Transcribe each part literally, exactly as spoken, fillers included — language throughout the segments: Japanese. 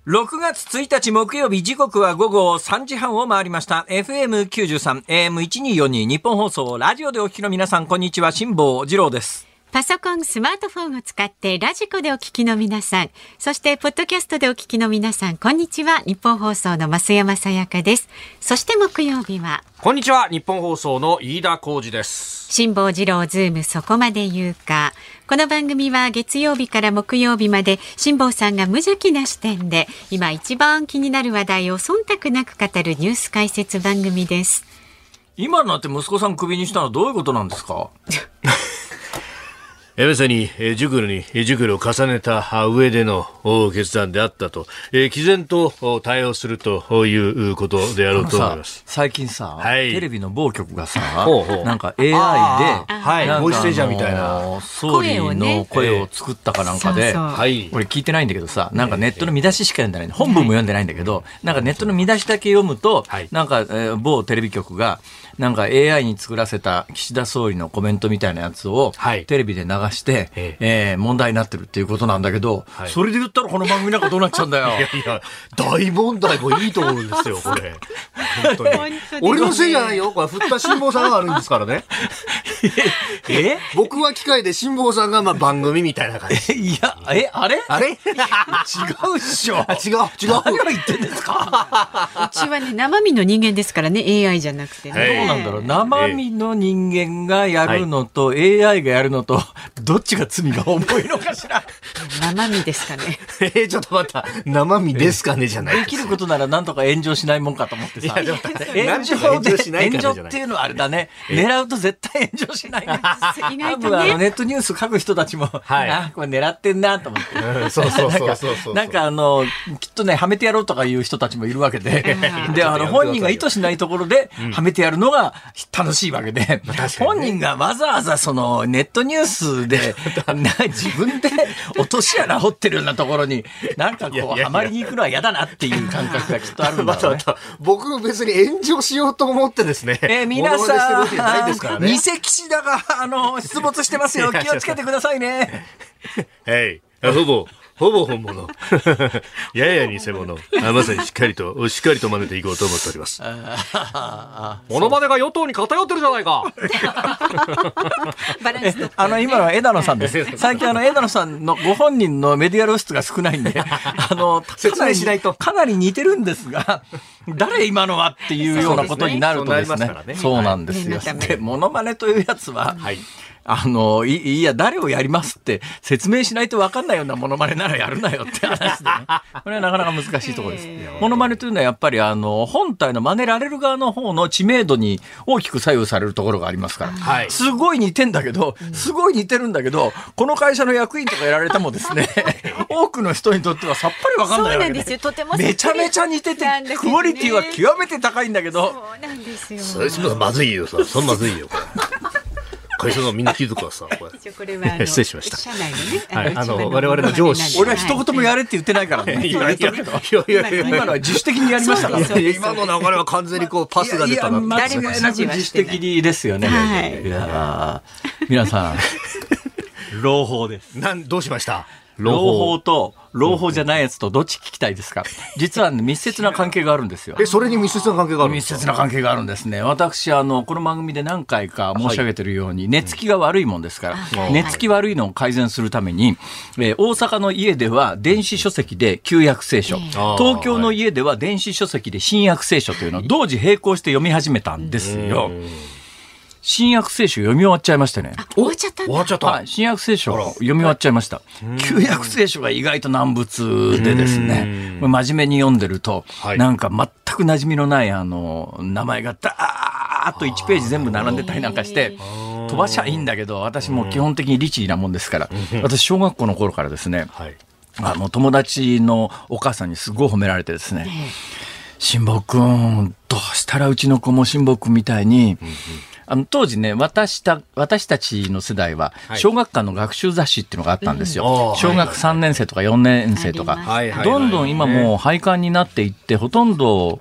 ろくがつついたち木曜日、時刻は午後さんじはんを回りました。エフエムきゅうじゅうさん、エーエムせんにひゃくよんじゅうに 日本放送、ラジオでお聞きの皆さん、こんにちは、辛坊治郎です。 パソコン、スマートフォンを使ってラジコでお聞きの皆さん、そしてポッドキャストでお聞きの皆さん、こんにちは。日本放送の増山さやかです。そして木曜日はこんにちは。日本放送の飯田浩司です。 辛坊治郎ズームそこまで言うか。この番組は月曜日から木曜日まで辛坊さんが無邪気な視点で今一番気になる話題を忖度なく語るニュース解説番組です。 今になって息子さんクビにしたのはどういうことなんですか？ 別に熟慮に熟慮を重ねた上での決断であったと、えー、毅然と対応するということであろうと思います。 最近さ、はい、テレビの某局がさ、 ほうほうなんか エーアイ で、 はい、ボイスチェンジャーみたいな総理の声を作ったかなんかで、 そうそう、 俺聞いてないんだけどさ、なんかネットの見出ししか読んでない、本文も読んでないんだけど、なんかネットの見出しだけ読むと、はい、なんか、えー、某テレビ局がなんか エーアイ に作らせた岸田総理のコメントみたいなやつを、はい、テレビで流して、えーえー、問題になってるっていうことなんだけど、はい、それで言ったらこの番組なんかどうなっちゃうんだよ。 いやいや、大問題もいいと思うんですよ、これ。本当に。俺のせいじゃないよ。これ振った辛坊さんが悪いんですからね。え僕は機械で辛坊さんがまあ番組みたいな感じ。 いや、え、あれあれ違うっしょ。 違う、違う。 何を言ってんですか？ うちはね、生身の人間ですからね、エーアイ じゃなくてね。 どうなんだろう。生身の人間がやるのと、はい、エーアイ がやるのと、どっちが罪が重いのかしら。 生身ですかね。 えー、ちょっと待った。生身ですかねじゃない。 できることならなんとか炎上しないもんかと思ってさ。炎上で炎上っていうのはあれだね。狙うと絶対炎上しない。 意外とね、 多分あのネットニュース書く人たちも、はい、あ、これ狙ってんなと思って。 うん、そうそうそうそうそう。 なんかあのきっとね、はめてやろうとかいう人たちもいるわけで、であの本人が意図しないところではめてやるのが楽しいわけで、うん、本人がわざわざそのネットニュースで自分で落とし穴掘ってるようなところになんかこうはまりに行くのは嫌だなっていう感覚がきっとあるんだろうね。 僕別に炎上しようと思ってですね、 えー、皆さん、 ね、 偽岸田があの出没してますよ。気をつけてくださいね。 はい、ほぼほぼ本物やや偽物、まさにしっかりとしっかりと真似ていこうと思っております。モノマネが与党に偏ってるじゃないか。 バランスあの今のは枝野さんです。最近あの枝野さんのご本人のメディア露出が少ないんで、あの説明しないとかなり似てるんですが、誰今のはっていうようなことになるとですね、そうなんですよ。でモノマネというやつは、はい、あのいいや誰をやりますって説明しないと分かんないようなモノマネならやるなよって話でね、これはなかなか難しいところです。モノマネというのはやっぱりあの本体の真似られる側の方の知名度に大きく左右されるところがありますから、はい、すごい似てんだけどすごい似てるんだけどこの会社の役員とかやられてもですね多くの人にとってはさっぱり分かんないわけで、 そうなんですよ。とてもめちゃめちゃ似ててクオリティは極めて高いんだけど、 そうなんですよ。 それまずいよ、それそんまずいよこれ。会社のみんな気づくわさ。これこれはあの失礼しました。 社内のね、 はい、あの我々の上司。 俺は一言もやれって言ってないからね。いやいやいや今のは自主的にやりましたから。 今の流れは完全にこうパスが出たな。 間違いなく自主的ですよね。はい、いや皆さん朗報です。 なんどうしました？ 朗報と朗報じゃないやつとどっち聞きたいですか？実は、ね、密接な関係があるんですよ。 え、それに密接な関係があるんですか？ 密接な関係があるんですね。私あのこの番組で何回か申し上げてるように、はい、寝つきが悪いもんですから、うん、寝つき悪いのを改善するために、えー、大阪の家では電子書籍で旧約聖書、うん、東京の家では電子書籍で新約聖書というのを同時並行して読み始めたんですよ。うん、新約聖書読み終わっちゃいましてね。 終わっちゃったんだ。 終わっちゃった。 はい、新約聖書読み終わっちゃいました。旧約聖書が意外と難物でですね、真面目に読んでると、はい、なんか全く馴染みのないあの名前がダーッといちページ全部並んでたりなんかして飛ばしゃいいんだけど、私も基本的に律儀なもんですから、私小学校の頃からですね、はい、あの友達のお母さんにすごい褒められてですね、辛坊くんどうしたらうちの子も辛坊くんみたいに、うんうん、あの当時ね 私た、私たちの世代は小学館の学習雑誌っていうのがあったんですよ、うん、小学さんねん生とかよねん生とか、はいはい、どんどん今もう廃刊になっていってほとんど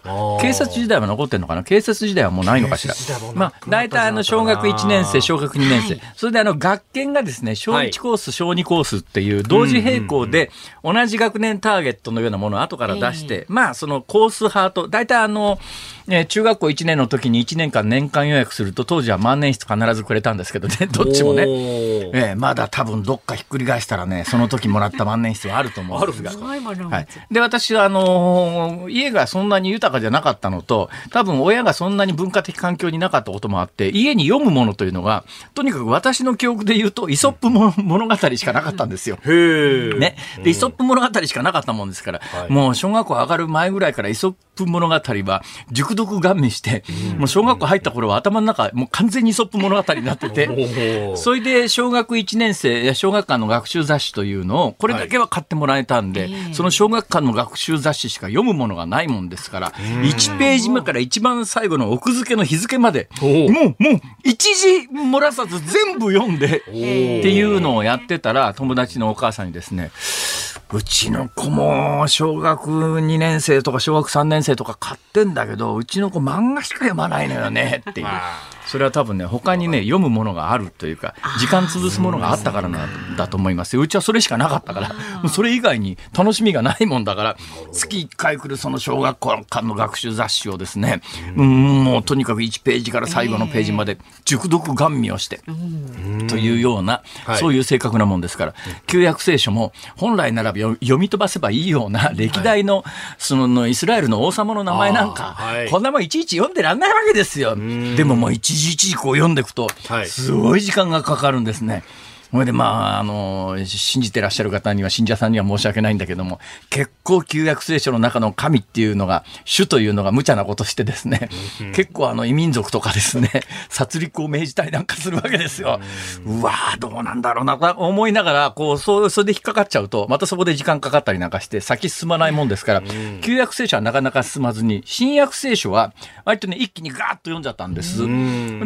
警察時代は残ってるのかな。警察時代はもうないのかしら。まあ大体あの小学いちねん生小学にねん生、はい、それであの学研がですね小いちコース、はい、小にコースっていう同時並行で同じ学年ターゲットのようなものを後から出して、えー、まあそのコース派と大体あのえー、中学校いちねんの時にいちねんかん年間予約すると当時は万年筆必ずくれたんですけどね、どっちもね、えー、まだ多分どっかひっくり返したらねその時もらった万年筆はあると思うんですがはい、で私はあのー、家がそんなに豊かじゃなかったのと多分親がそんなに文化的環境になかったこともあって家に読むものというのがとにかく私の記憶で言うとイソップ物語しかなかったんですよ、うんね、でイソップ物語しかなかったもんですから、はい、もう小学校上がる前ぐらいからイソップ物語は熟読ガン見して、うん、もう小学校入った頃は頭の中もう完全にイソップ物語になっててそれで小学いちねん生小学館の学習雑誌というのをこれだけは買ってもらえたんで、はい、その小学館の学習雑誌しか読むものがないもんですからいちページ目から一番最後の奥付けの日付までもうもう一字漏らさず全部読んでっていうのをやってたら友達のお母さんにですねうちの子も小学にねん生とか小学さんねん生とか買ってんだけどうちの子漫画しか読まないのよねっていうそれは多分ね他にね読むものがあるというか時間潰すものがあったからなんだと思いますよ。うちはそれしかなかったからそれ以外に楽しみがないもんだから月いっかい来るその小学校間の学習雑誌をですねうんもうとにかくいちページから最後のページまで熟読ガン見をしてというようなそういう正確なもんですから旧約聖書も本来ならば読み飛ばせばいいような歴代 の, そのイスラエルの王様の名前なんかこんなもんいちいち読んでらんないわけですよ。でももう一時一時こう読んでいくとすごい時間がかかるんですね。それでまあ、あの信じてらっしゃる方には信者さんには申し訳ないんだけども結構旧約聖書の中の神っていうのが主というのが無茶なことしてですね、うん、結構あの異民族とかですね殺戮を命じたりなんかするわけですよ、うん、うわーどうなんだろうなと思いながらこう そ, それで引っかかっちゃうとまたそこで時間かかったりなんかして先進まないもんですから、うん、旧約聖書はなかなか進まずに新約聖書は割とね一気にガーッと読んじゃったんです、うん、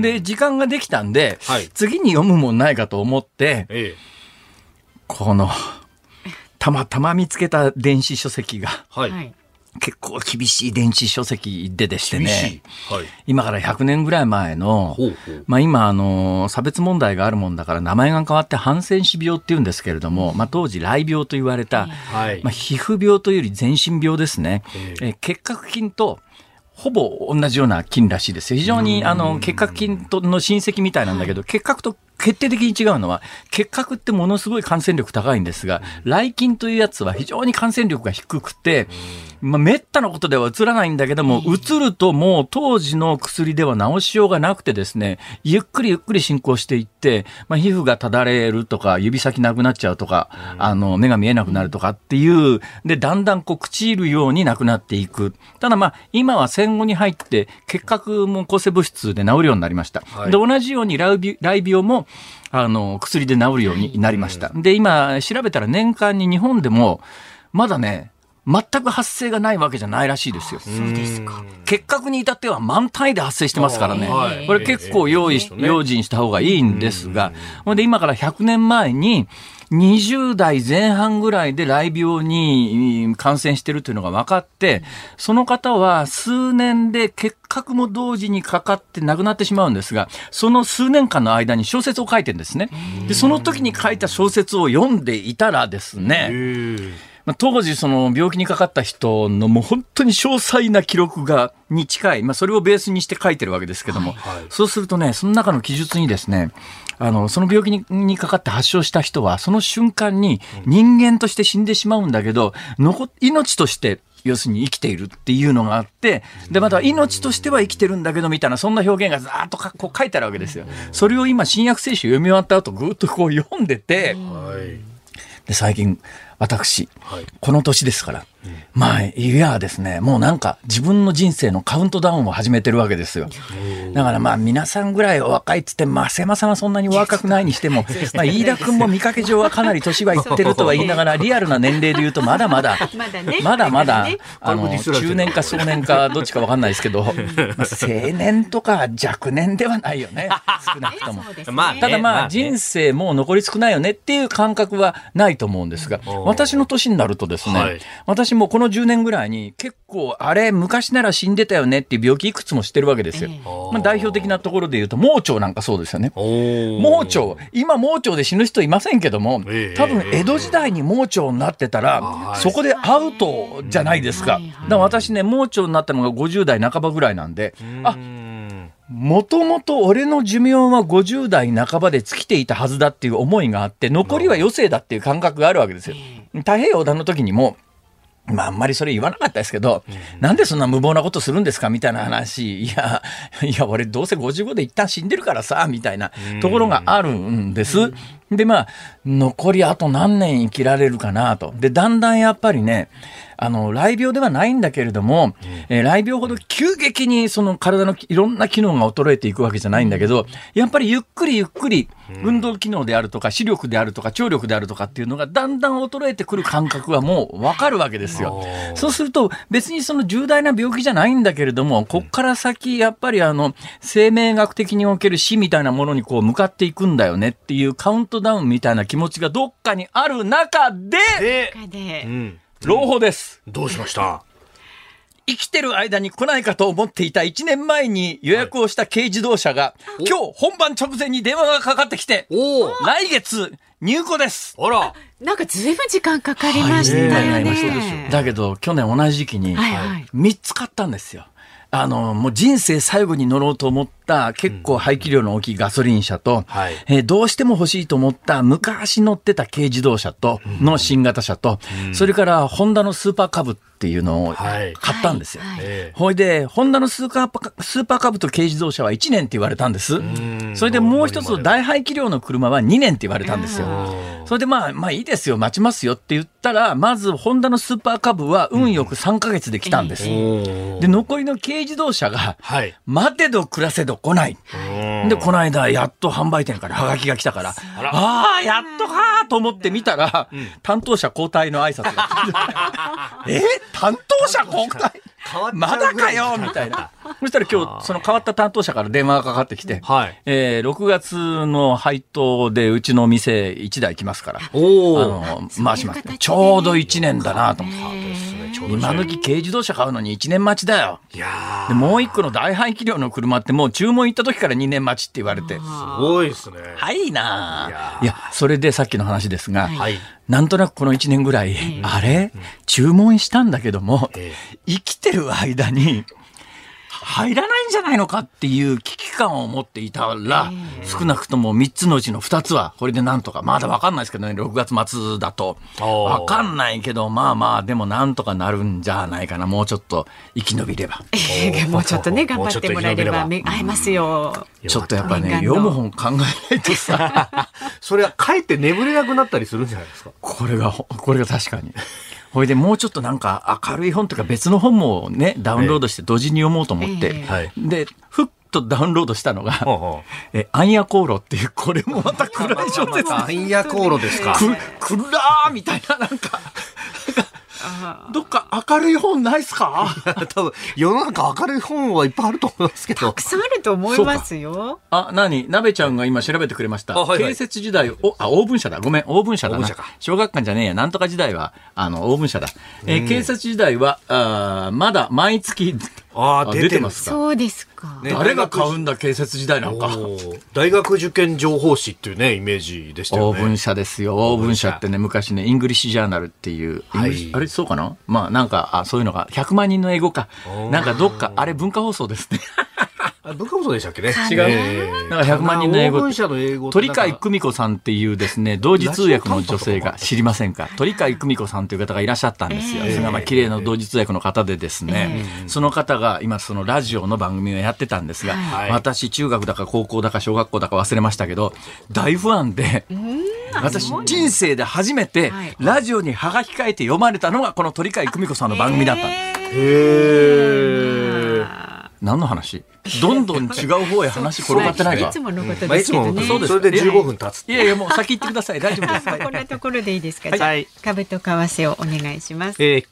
で時間ができたんで、はい、次に読むもんないかと思ってええ、このたまたま見つけた電子書籍が、はい、結構厳しい電子書籍ででしてね、はい、今からひゃくねんぐらい前のほうほう、まあ、今あの差別問題があるもんだから名前が変わってハンセン氏病っていうんですけれども、まあ、当時雷病と言われた、はいまあ、皮膚病というより全身病ですね、え結核菌とほぼ同じような菌らしいですよ。非常にあの結核菌との親戚みたいなんだけど、はい、結核と決定的に違うのは結核ってものすごい感染力高いんですが雷菌というやつは非常に感染力が低くて、まあ、めったなことではうつらないんだけどもうつるともう当時の薬では治しようがなくてですねゆっくりゆっくり進行していって、まあ、皮膚がただれるとか指先なくなっちゃうとかあの目が見えなくなるとかっていうでだんだんこう朽ちるようになくなっていく。ただまあ今は戦後に入って結核も抗生物質で治るようになりました、はい、で同じように雷病もあの薬で治るようになりました。で今調べたら年間に日本でもまだね全く発生がないわけじゃないらしいですよ。 そうですか。 結核に至っては満単位で発生してますからね、はい、これ結構用意し、用心した方がいいんですが、ほんで今からひゃくねんまえににじゅう代前半ぐらいで雷病に感染してるというのが分かってその方は数年で結核も同時にかかって亡くなってしまうんですがその数年間の間に小説を書いてるんですね。でその時に書いた小説を読んでいたらですね当時その病気にかかった人のもう本当に詳細な記録がに近い、まあ、それをベースにして書いてるわけですけども、はいはい、そうするとねその中の記述にですねあのその病気 に, にかかって発症した人はその瞬間に人間として死んでしまうんだけど残命として要するに生きているっていうのがあってでまた命としては生きてるんだけどみたいなそんな表現がざーっとかこう書いてあるわけですよ。それを今新約聖書読み終わった後ぐーっとこう読んでて、はいで最近私、はい、この年ですから、うん、まあいやですねもうなんか自分の人生のカウントダウンを始めてるわけですよ。だからまあ皆さんぐらいお若いっつってまあ瀬間さんはそんなにお若くないにしてもまあ飯田君も見かけ上はかなり年はいってるとは言いながらリアルな年齢で言うとまだまだまだ、ね、まだまだあの中年か壮年かどっちか分かんないですけど、まあ、青年とか若年ではないよね少なくとも、ね、ただまあ人生もう残り少ないよねっていう感覚はないと思うんですが私の年になるとですね、はい、私もここのじゅうねんぐらいに結構あれ昔なら死んでたよねっていう病気いくつも知ってるわけですよ、えーまあ、代表的なところで言うと盲腸なんかそうですよね。盲腸、今盲腸で死ぬ人いませんけども、多分江戸時代に盲腸になってたらそこでアウトじゃないですか。だから私ね、盲腸になったのがごじゅう代半ばぐらいなんで、あ、もともと俺の寿命はごじゅう代半ばで尽きていたはずだっていう思いがあって、残りは余生だっていう感覚があるわけですよ。太平洋横断の時にもまあ、あんまりそれ言わなかったですけど、うん、なんでそんな無謀なことするんですかみたいな話、いやいや俺どうせごじゅうごで一旦死んでるからさみたいなところがあるんです。でまあ残りあと何年生きられるかなと。でだんだんやっぱりね、あの雷病ではないんだけれども、うんえー、雷病ほど急激にその体のいろんな機能が衰えていくわけじゃないんだけど、やっぱりゆっくりゆっくり運動機能であるとか視力であるとか聴力であるとかっていうのがだんだん衰えてくる感覚はもう分かるわけですよ。そうすると別にその重大な病気じゃないんだけれども、こっから先やっぱりあの生命学的における死みたいなものにこう向かっていくんだよねっていうカウントダウンみたいな気持ちがどっかにある中で、で、うん、朗報です。 どうしました？ 生きてる間に来ないかと思っていたいちねんまえに予約をした軽自動車が、はい、今日本番直前に電話がかかってきて、来月入庫です。 あら、 なんかずいぶん時間かかりましたよね。 だけど去年同じ時期にみっつ買ったんですよ。あのもう人生最後に乗ろうと思った結構排気量の大きいガソリン車と、うんはいえー、どうしても欲しいと思った昔乗ってた軽自動車との新型車と、うん、それからホンダのスーパーカブっていうのを買ったんですよ。はいはい、ほいでホンダのスーパー、スーパーカブと軽自動車はいちねんって言われたんです。それでもう一つ大排気量の車はにねんって言われたんですよ。それでまあまあいいですよ待ちますよって言ったら、まずホンダのスーパーカブは運よくさんかげつで来たんです。うん、で残りの軽自動車が、はい、待てど暮らせど来ない。でこの間やっと販売店からハガキが来たから、ああやっとかと思って見たら、うん、担当者交代の挨拶がえ担当者交代まだかよみたいな。そしたら今日その変わった担当者から電話がかかってきて、はいえー、ろくがつの配当でうちの店いちだい来ますからおあの回します。ちょうどいちねんだなと思って、今時軽自動車買うのにいちねん待ちだよ。いやでもう一個の大排気量の車ってもう注文行った時からにねん待ちって言われて、すごいですね。 はいないやそれでさっきの話ですが、はい、なんとなくこのいちねんぐらい、えー、あれ、うん、注文したんだけども、えー、生きてる間に入らないんじゃないのかっていう危機感を持っていたら、えー、少なくともみっつのうちのふたつはこれでなんとか、まだ分かんないですけどね、ろくがつ末だと分かんないけど、まあまあでもなんとかなるんじゃないかな。もうちょっと生き延びれば、 えー、もうちょっとね頑張ってもらえれば会えますよ。 ちょっとやっぱね読む本考えないとさそれはかえって眠れなくなったりするんじゃないですか。 これがこれが確かにほいでもうちょっとなんか明るい本とか別の本もねダウンロードして同時に読もうと思って、えー、でふっとダウンロードしたのが、えアンヤコーロっていう、これもまた暗い小説アンヤコーロですか。 く暗ーみたいな、なんかどっか明るい本ないっすか。 多分世の中明るい本はいっぱいあると思いますけど。 たくさんあると思いますよ。 あ、何なべちゃんが今調べてくれました。はいはい、建設時代おあオーブン社だ。ごめんオーブン社だな。小学館じゃねえや。なんとか時代はあのオーブン社だ。えー、建設時代はあまだ毎月ああ出てますか。 そうですか。 ね、誰が買うんだ建設時代なんか。 大学受験情報誌っていうねイメージでしたよね。 オーブン社ですよ。オーブン社ってね昔ねイングリッシュジャーナルっていう、はい、あれそうかな。まあなんかあそういうのがひゃくまんにんの英語かなんかどっかあれ文化放送ですね。 文化放送でしたっけね。 違う。なんかひゃくまんにんの英語。鳥飼久美子さんっていうですね同時通訳の女性が知りませんか。鳥飼久美子さんという方がいらっしゃったんですよ。それがまあ綺麗な同時通訳の方でですね、その方が今そのラジオの番組をやってたんですが、私中学だか高校だか小学校だか忘れましたけど大ファンで、私人生で初めてラジオにはがき替えて読まれたのがこの鳥飼久美子さんの番組だったんです。へー。何の話？どんどん違う方へ話転がってないか。 いつものことですけどね。 そうです。それでじゅうごふん経つ。 いやいやもう先行ってください。大丈夫です。 こんなところでいいですか。じゃあ株と為替をお願いします。 えー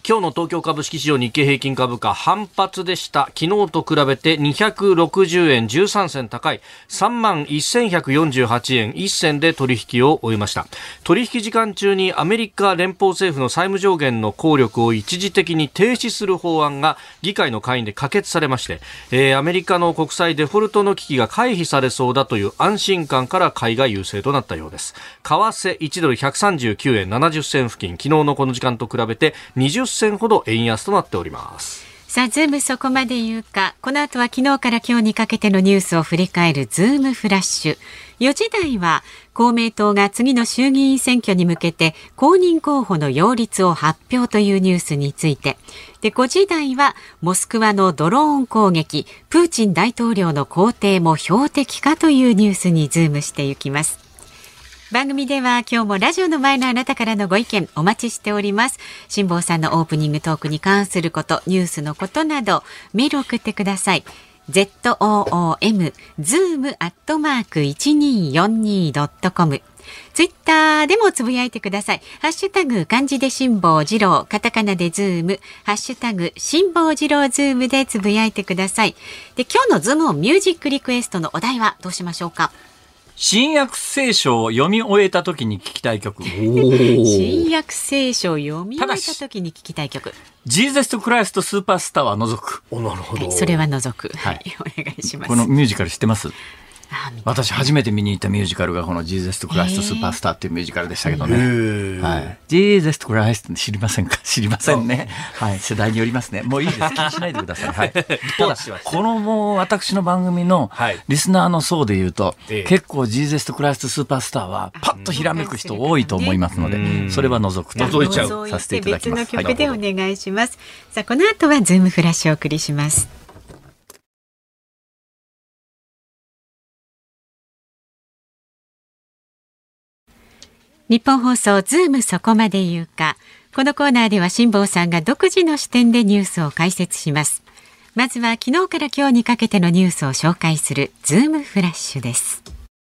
今日の東京株式市場日経平均株価反発でした。昨日と比べてにひゃくろくじゅうえんじゅうさんせん高い さんまんせんひゃくよんじゅうはちえんいっ銭で取引を終えました。取引時間中にアメリカ連邦政府の債務上限の効力を一時的に停止する法案が議会の下院で可決されまして、えー、アメリカの国債デフォルトの危機が回避されそうだという安心感から買いが優勢となったようです。為替いちドルひゃくさんじゅうきゅうえんななじゅっ銭付近、昨日のこの時間と比べてにじゅっ銭ほど円安となっております。 さあ、ズームそこまで言うか。この後は昨日から今日にかけてのニュースを振り返るズームフラッシュ。よじ台は公明党が次の衆議院選挙に向けて公認候補の擁立を発表というニュースについて。で、ごじ台はモスクワのドローン攻撃、プーチン大統領の公邸も標的かというニュースにズームしていきます。番組では今日もラジオの前のあなたからのご意見お待ちしております。辛坊さんのオープニングトークに関すること、ニュースのことなどメール送ってください。ズーム ズーム アットマーク いちにーよんにー ドットコム。ツイッターでもつぶやいてください。ハッシュタグ漢字で辛坊治郎、カタカナでズーム、ハッシュタグ辛坊治郎ズームでつぶやいてください。で、今日のズームをミュージックリクエストのお題はどうしましょうか。 新約聖書を読み終えた時に聞きたい曲。 新約聖書を読み終えた時に聞きたい曲。 ジーザス・クライスト・スーパースターは除く。 お、なるほど。 はい、それは除く。 はい、 お願いします。 このミュージカル知ってます？私初めて見に行ったミュージカルがこのジーザス・クライスト・スーパースターっていうミュージカルでしたけどね。はい、ジーザス・クライスト知りませんか？知りませんね。はい、世代によりますね。もういいです。気にしないでください。はい。ただこのもう私の番組のリスナーの層で言うと、はい、結構ジーザス・クライスト・スーパースターはパッとひらめく人多いと思いますので、それは除くと除いちゃうさせていただきます。 別の曲でお願いします。さあ、この後はズームフラッシュをお送りします。日本放送ズームそこまで言うか。このコーナーでは辛坊さんが独自の視点でニュースを解説します。まずは昨日から今日にかけてのニュースを紹介するズームフラッシュです。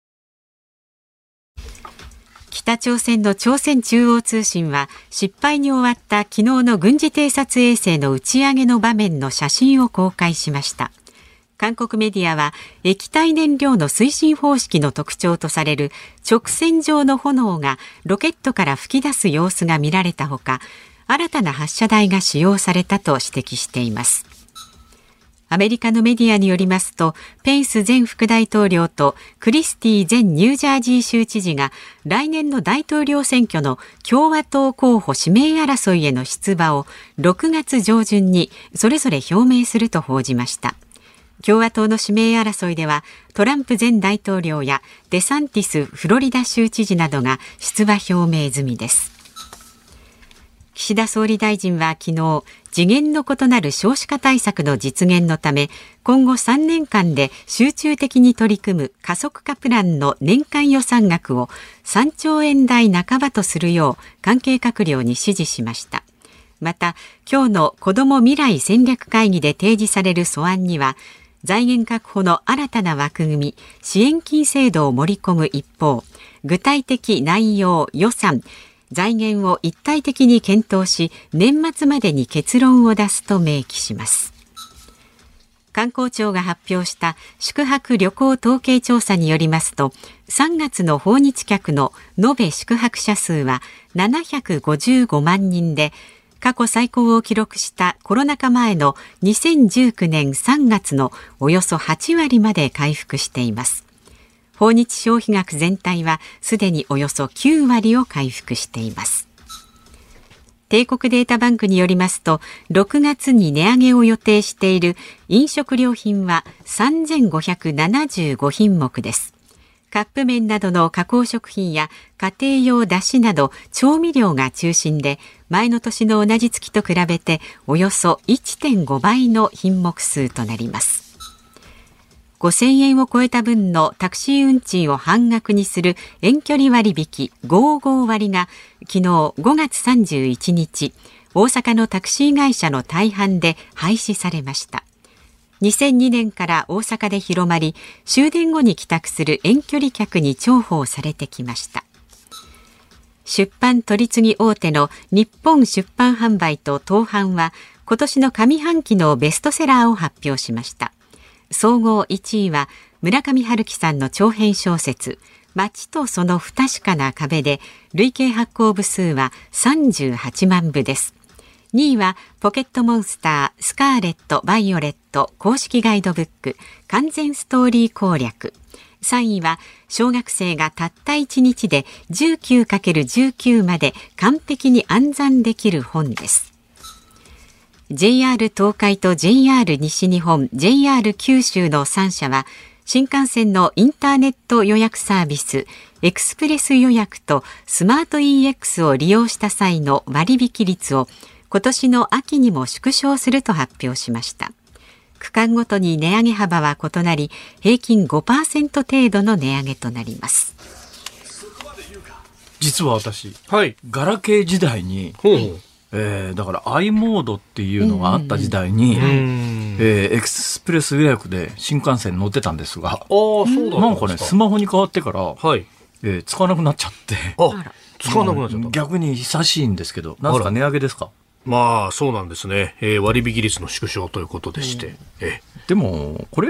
北朝鮮の朝鮮中央通信は失敗に終わった昨日の軍事偵察衛星の打ち上げの場面の写真を公開しました。韓国メディアは液体燃料の推進方式の特徴とされる直線状の炎がロケットから噴き出す様子が見られたほか、新たな発射台が使用されたと指摘しています。アメリカのメディアによりますと、ペンス前副大統領とクリスティ前ニュージャージー州知事が来年の大統領選挙の共和党候補指名争いへの出馬をろくがつ上旬にそれぞれ表明すると報じました。共和党の指名争いではトランプ前大統領やデサンティスフロリダ州知事などが出馬表明済みです。岸田総理大臣は昨日、次元の異なる少子化対策の実現のため、今後さんねんかんで集中的に取り組む加速化プランの年間予算額をさんちょうえん台半ばとするよう関係閣僚に指示しました。また、今日の子ども未来戦略会議で提示される素案には、財源確保の新たな枠組み、支援金制度を盛り込む一方、具体的内容、予算、財源を一体的に検討し、年末までに結論を出すと明記します。観光庁が発表した宿泊旅行統計調査によりますと、さんがつの訪日客の延べ宿泊者数はななひゃくごじゅうごまんにんで、過去最高を記録したコロナ禍前のにせんじゅうきゅうねんさんがつのおよそはちわりまで回復しています。訪日消費額全体はすでにおよそきゅうわりを回復しています。帝国データバンクによりますと、ろくがつに値上げを予定している飲食料品はさんぜんごひゃくななじゅうごひんもくです。カップ麺などの加工食品や家庭用だしなど調味料が中心で、前の年の同じ月と比べておよそ いってんごばいの品目数となります。ごせんえんを超えた分のタクシー運賃を半額にする遠距離割引ごじゅうご割が昨日ごがつさんじゅういちにち、大阪のタクシー会社の大半で廃止されました。にせんにねんから大阪で広まり、終電後に帰宅する遠距離客に重宝されてきました。 出版取次大手の日本出版販売と東販は今年の上半期のベストセラーを発表しました。総合いちいは村上春樹さんの長編小説街とその不確かな壁で、累計発行部数はさんじゅうはちまんぶです。にいはポケットモンスタースカーレット・バイオレット公式ガイドブック完全ストーリー攻略。さんいは小学生がたったいちにちで じゅうきゅうかけるじゅうきゅう まで完璧に暗算できる本です。ジェイアール 東海と ジェイアール 西日本、ジェイアール 九州のさんしゃは新幹線のインターネット予約サービスエクスプレス予約とスマート イーエックス を利用した際の割引率を今年の秋にも縮小すると発表しました。区間ごとに値上げ幅は異なり、平均 ごパーセント 程度の値上げとなります。 実は私、 はい、 ガラケー時代に、ほうほう、えー、だから i モードっていうのがあった時代に、うんうん、えー、エクスプレス予約で新幹線乗ってたんですが、あ、そうなんですか。なんかね、スマホに変わってから、はい、えー、使わなくなっちゃって、 あ、使わなくなっちゃった。 逆に久しいんですけど、なんですか、値上げですか。 まあそうなんですね、えー、割引率の縮小ということでして、うん、 えでもこれって、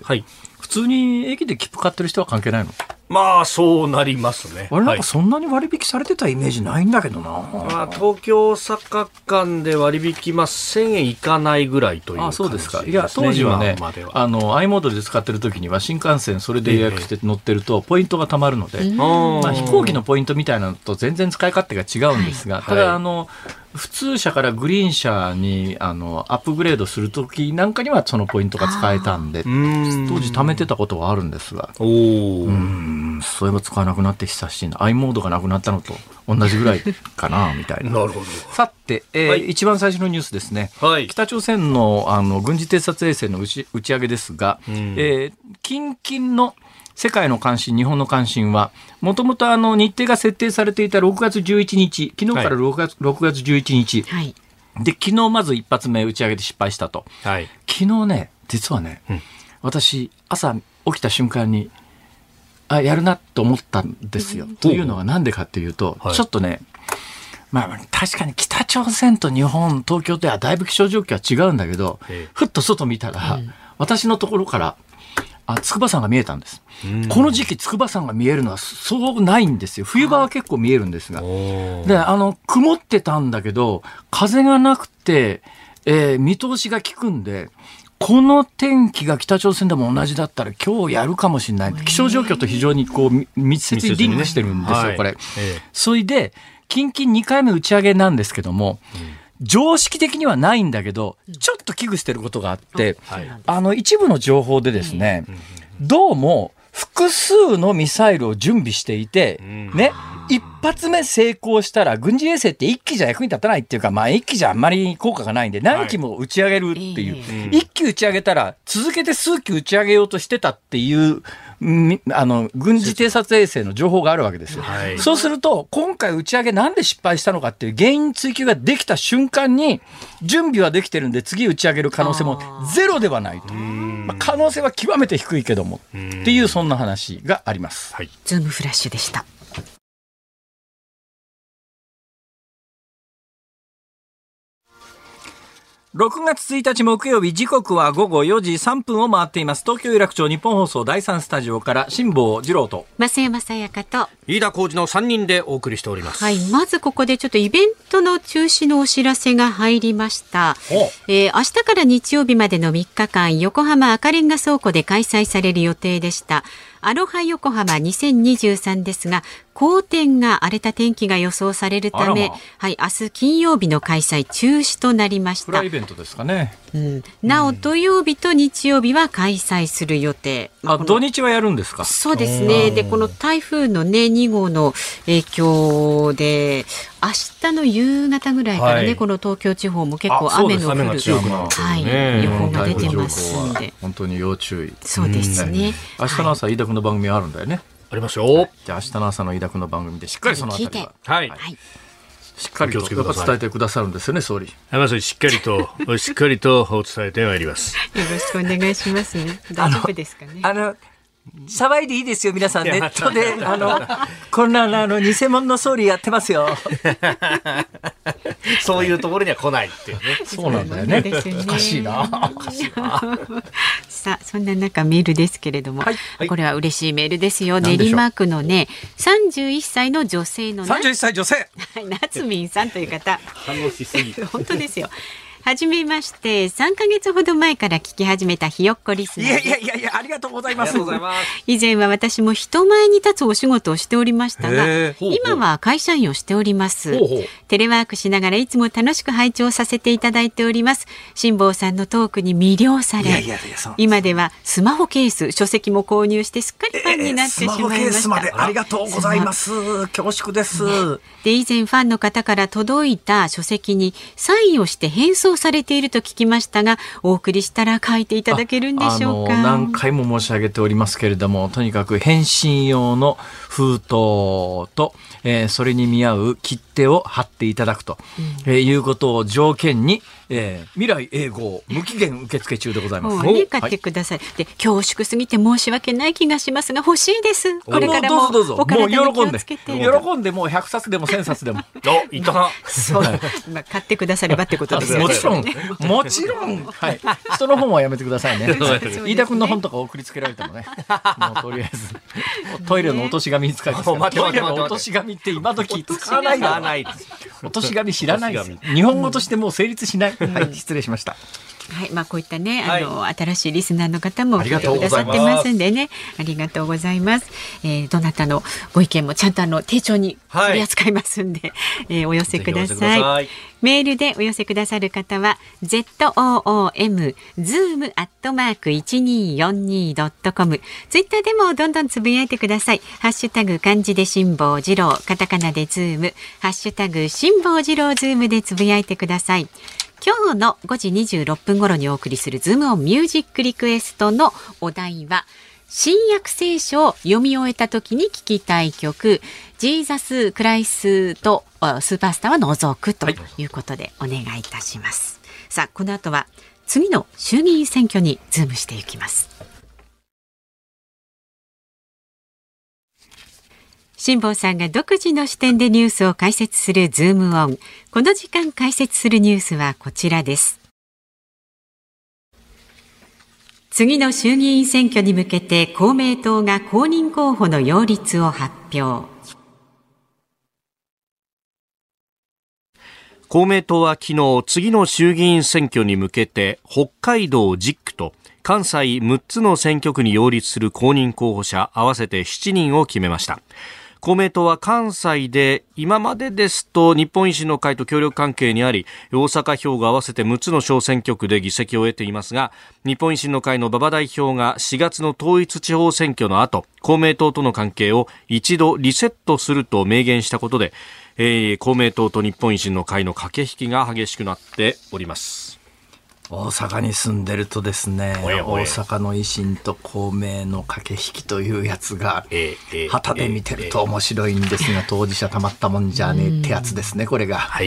はい、普通に駅で切符買ってる人は関係ないの？ まあそうなりますね。 あれなんかそんなに割引されてたイメージないんだけどな、 はい、まあ、東京大阪間で割引、まあ、せんえんいかないぐらいという感じですね。あ、そうですか。 いや当時はね、はあの i モードで使ってる時には新幹線それで予約して乗ってるとポイントがたまるので、えーまあ、飛行機のポイントみたいなのと全然使い勝手が違うんですが、はい、ただあの普通車からグリーン車にあのアップグレードするときなんかにはそのポイントが使えたんで、ん当時貯めてたことはあるんですが、おうんそういえば使わなくなって久しいな。 i モードがなくなったのと同じぐらいかなみたいな。 なるほど。 さて、えーはい、一番最初のニュースですね、はい、北朝鮮 の, あの軍事偵察衛星の打ち、打ち上げですが、えー、近々の世界の関心、日本の関心はもともと日程が設定されていたろくがつじゅういちにち、昨日からろくがつ、はい、ろくがつじゅういちにち、はい、で昨日まず一発目打ち上げで失敗したと、はい、昨日ね実はね、うん、私朝起きた瞬間にあやるなと思ったんですよ、うん、というのはなんでかっていうと、はい、ちょっとね、まあ、確かに北朝鮮と日本、東京ではだいぶ気象状況は違うんだけど、ふっと外見たら、うん、私のところからあ筑波山が見えたんです。この時期筑波山が見えるのはそうないんですよ。冬場は結構見えるんですが、であの曇ってたんだけど風がなくて、えー、見通しが効くんで、この天気が北朝鮮でも同じだったら今日やるかもしれない。気象状況と非常にこう密接にリンクしてるんですよ、はい、これ、ええ、それで近々にかいめ打ち上げなんですけども、うん、常識的にはないんだけどちょっと危惧してることがあって、はい、あの一部の情報でですね、うん、どうも複数のミサイルを準備していて、うん、ね、一発目成功したら軍事衛星って一機じゃ役に立たないっていうか、まあ一機じゃあんまり効果がないんで何機も打ち上げるっていう、はい、一機打ち上げたら続けて数機打ち上げようとしてたっていうあの軍事偵察衛星の情報があるわけですよ、はい、そうすると今回打ち上げなんで失敗したのかっていう原因追求ができた瞬間に準備はできてるんで次打ち上げる可能性もゼロではないと、まあ、可能性は極めて低いけどもっていうそんな話があります、 はい、ズームフラッシュでした。 ろくがつついたち木曜日、時刻はごごよじさんぷんを回っています。東京有楽町日本放送だいさんスタジオから辛坊治郎と増山さやかと飯田浩司のさんにんでお送りしております。 はい、まずここでちょっとイベントの中止のお知らせが入りました。えー、明日から日曜日までのみっかかん、横浜赤レンガ倉庫で開催される予定でしたアロハ横浜にせんにじゅうさんですが、好天が荒れた天気が予想されるため、はい、明日金曜日の開催中止となりました。 プライベントですかね。 うん、なお土曜日と日曜日は開催する予定。 あ、土日はやるんですか。 そうですね。でこの台風の、ね、にごうの影響で明日の夕方ぐらいからね、はい、この東京地方も結構雨の降る、はい、予報が出てますんで本当に要注意。 そうですね、 うん、明日の朝、はい、飯田君の番組あるんだよね。 ありますよ。 じゃあ明日の朝の飯田君の番組でしっかりそのあたりは、 はいはい、 しっかりと伝えてくださるんですよね、総理。 まずしっかりとしっかりと伝えてまいります。 よろしくお願いしますね。大丈夫ですかね。 あの騒いでいいですよ皆さん。ネットであのこんなあの偽物の総理やってますよ。 そういうところには来ないっていうね。 そうなんだよね。おかしいな。おかしいな。 さあそんな中メールですけれども、はい、これは嬉しいメールですよ。練馬区のねさんじゅういっさいの女性のさんじゅういっさい女性なつみんさんという方。 反応しすぎ本当ですよ。はじめまして、さんかげつほど前から聞き始めたひよっこリスナーです。 いやいやいやありがとうございます。 以前は私も人前に立つお仕事をしておりましたが、今は会社員をしております。ほうほう。テレワークしながらいつも楽しく拝聴させていただいております。辛坊さんのトークに魅了され、いやいやいや今ではスマホケース、書籍も購入してすっかりファンになってしまいました。スマホケースまでありがとうございます。恐縮です。 ね、で以前ファンの方から届いた書籍にサインをして返送されていると聞きましたが、お送りしたら書いていただけるんでしょうか。 あの何回も申し上げておりますけれども、とにかく返信用の封筒と、えー、それに見合う切手を貼っていただくと、うんえー、いうことを条件に、えー、未来永劫無期限受付中でございます。 もうね、買ってください、はい、で恐縮すぎて申し訳ない気がしますが欲しいです。これからもどうぞどうぞ、もう喜んで喜んでもうひゃくさつでもせんさつでもおいったなそう、まあ、買ってくださればってことですよね。 もちろんもちろん、はい、人の本はやめてくださいね。飯田君の本とか送りつけられてもね、もうとりあえずトイレの落とし紙に使いますから。トイレの落とし紙って今時使わないだろ。落とし紙知らないです。日本語としてもう成立しない、うん、はい、失礼しました。 はい、まあ、こういったね、あの、はい、新しいリスナーの方も来てくださってますんでね、ありがとうございます。えー、どなたのご意見もちゃんとあの丁重に取り扱いますんで、はい、えー、お寄せください。ください。メールでお寄せくださる方は ズーム ズーム アットマーク いちにーよんにー ドットコム、 ツイッターでもどんどんつぶやいてください。ハッシュタグ漢字で辛坊治郎、カタカナでズーム、ハッシュタグ辛坊治郎ズームでつぶやいてください。今日のごじにじゅうろっぷん頃にお送りするズームオンミュージックリクエストのお題は、新約聖書を読み終えた時に聴きたい曲、ジーザス・クライスト・スーパースターは除くということでお願いいたします。はい、さあこの後は次の衆議院選挙にズームしていきます。辛坊さんが独自の視点でニュースを解説するズームオン。この時間解説するニュースはこちらです。次の衆議院選挙に向けて公明党が公認候補の擁立を発表。 公明党は昨日、次の衆議院選挙に向けて北海道じゅっくと関西むっつの選挙区に擁立する公認候補者合わせてしちにんを決めました。公明党は関西で今までですと日本維新の会と協力関係にあり、大阪兵庫合わせてむっつの小選挙区で議席を得ていますが、日本維新の会の馬場代表がしがつの統一地方選挙の後、公明党との関係を一度リセットすると明言したことで、えー、公明党と日本維新の会の駆け引きが激しくなっております。 大阪に住んでるとですね、おやおや、大阪の維新と公明の駆け引きというやつが、えーえー、旗で見てると面白いんですが、えー、当事者たまったもんじゃねえってやつですね、これが。はい。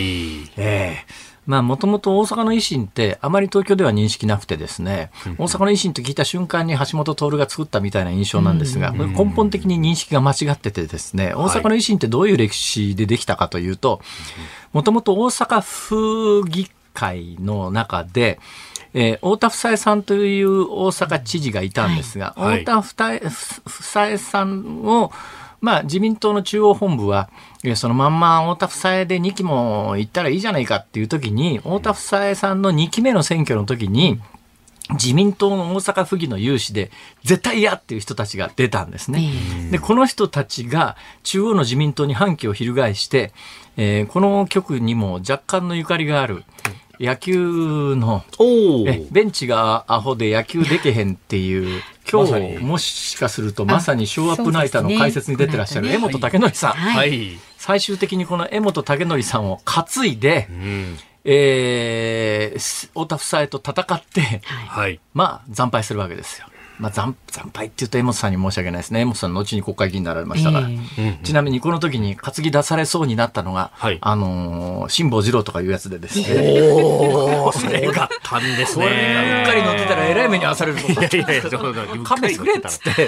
えーまあ、もともと大阪の維新ってあまり東京では認識なくてですね、大阪の維新と聞いた瞬間に橋本徹が作ったみたいな印象なんですが、根本的に認識が間違っててですね、大阪の維新ってどういう歴史でできたかというと、もともと大阪府議会の中で、えー、太田房江さんという大阪知事がいたんですが、はい、太田房江さんをまあ、自民党の中央本部はそのまんま太田房江でにきも行ったらいいじゃないかっていう時に、太田房江さんのにきめの選挙の時に自民党の大阪府議の有志で絶対嫌っていう人たちが出たんですね。でこの人たちが中央の自民党に反旗を翻して、えー、この局にも若干のゆかりがある野球のえベンチがアホで野球でけへんっていう、今日もしかするとまさにショーアップナイターの解説に出てらっしゃる江本武則さん、はい、最終的にこの江本武則さんを担いで、うんえー、太田房江と戦って、はい、まあ惨敗するわけですよ。まあ、惨, 惨敗って言うと江本さんに申し訳ないですね。江本さん後に国会議員になられましたから、えー、ちなみにこの時に担ぎ出されそうになったのが、はい、あのー、辛坊治郎とかいうやつでですね、 おそれがったんですね。 これがうっかり乗ってたらえらい目に遭わされるといやいやいや勘弁してくれっつって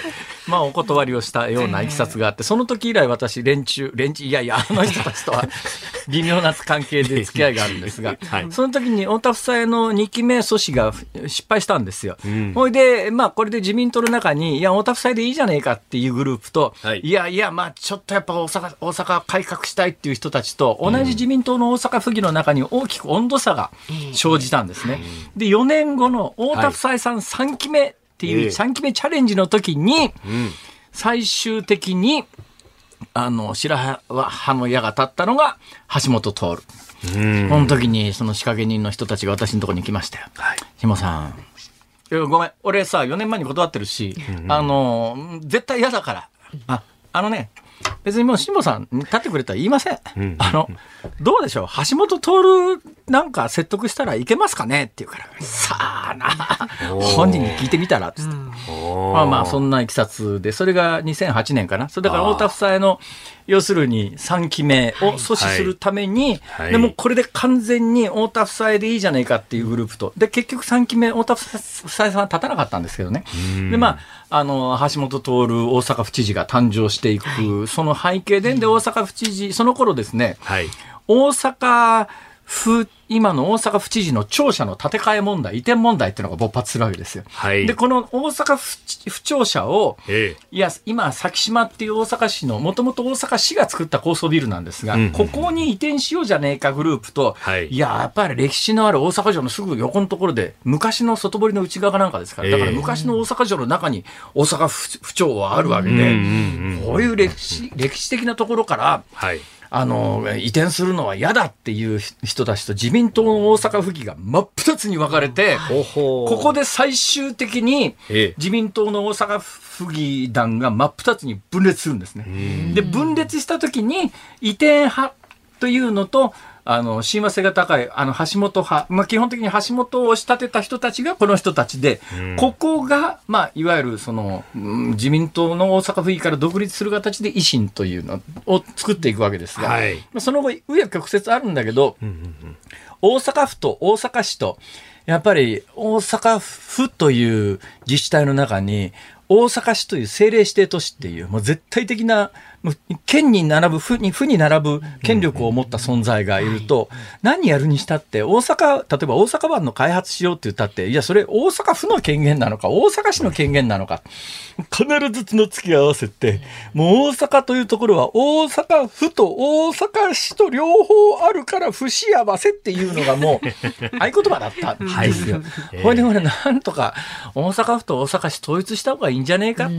まあお断りをしたようないきさつがあって、その時以来私連中連中いやいやあの人たちとは微妙な関係で付き合いがあるんですが、はい、その時に太田夫妻のにきめ阻止が失敗したんですよ。ほ、うん、いでまあこれで自民党の中にいや太田夫妻でいいじゃねえかっていうグループと、はい、いやいやまあちょっとやっぱ大阪大阪改革したいっていう人たちと同じ自民党の大阪府議の中に大きく温度差が生じたんですね。でよねんごの太田夫妻さんさんきめっていうさんきめチャレンジの時に最終的にあの白羽の矢が立ったのが橋本徹。この時にその仕掛け人の人たちが私のところに来ましたよ。はい、下さんいやごめん俺さよねんまえに断ってるし、うん、あの絶対嫌だからああのね別にもう辛坊さん立ってくれたら言いません、うん、あのどうでしょう橋本徹なんか説得したらいけますかねって言うからさあな本人に聞いてみたらっつって、うん、まあまあそんないきさつでそれがにせんはちねんかな。それだから太田夫妻の要するにさんきめを阻止するために、はいはい、でもこれで完全に太田夫妻でいいじゃないかっていうグループとで結局さんきめ太田夫妻さんは立たなかったんですけどね。でまああの橋本徹大阪府知事が誕生していく、はい、その背景でで大阪府知事その頃ですね、はい、大阪府今の大阪府知事の庁舎の建て替え問題移転問題っていうのが勃発するわけですよ。はい、でこの大阪 府, 府庁舎を、ええ、いや今咲島っていう大阪市のもともと大阪市が作った高層ビルなんですが、うんうん、ここに移転しようじゃねえかグループと、はい、いややっぱり歴史のある大阪城のすぐ横のところで昔の外堀の内側なんかですからだから昔の大阪城の中に大阪 府, 府庁はあるわけで、うんうんうん、こういう歴史歴史的なところから、はいあの移転するのは嫌だっていう人たちと自民党の大阪府議が真っ二つに分かれて、ここで最終的に自民党の大阪府議団が真っ二つに分裂するんですね。で分裂した時に移転派というのとあの親和性が高いあの橋本派、まあ、基本的に橋本を押し立てた人たちがこの人たちで、うん、ここが、まあ、いわゆるその、うん、自民党の大阪府議から独立する形で維新というのを作っていくわけですが、はい、その後紆余曲折あるんだけど、うんうんうん、大阪府と大阪市とやっぱり大阪府という自治体の中に大阪市という政令指定都市っていうもう絶対的な県に並ぶ府に府に並ぶ権力を持った存在がいると何やるにしたって大阪例えば大阪湾の開発しようって言ったっていやそれ大阪府の権限なのか大阪市の権限なのか必ずつの付き合わせてもう大阪というところは大阪府と大阪市と両方あるから不幸せっていうのがもう合言葉だったんですよ。これでこれなんとか大阪府と大阪市統一した方がいいんじゃねえか、うんうん、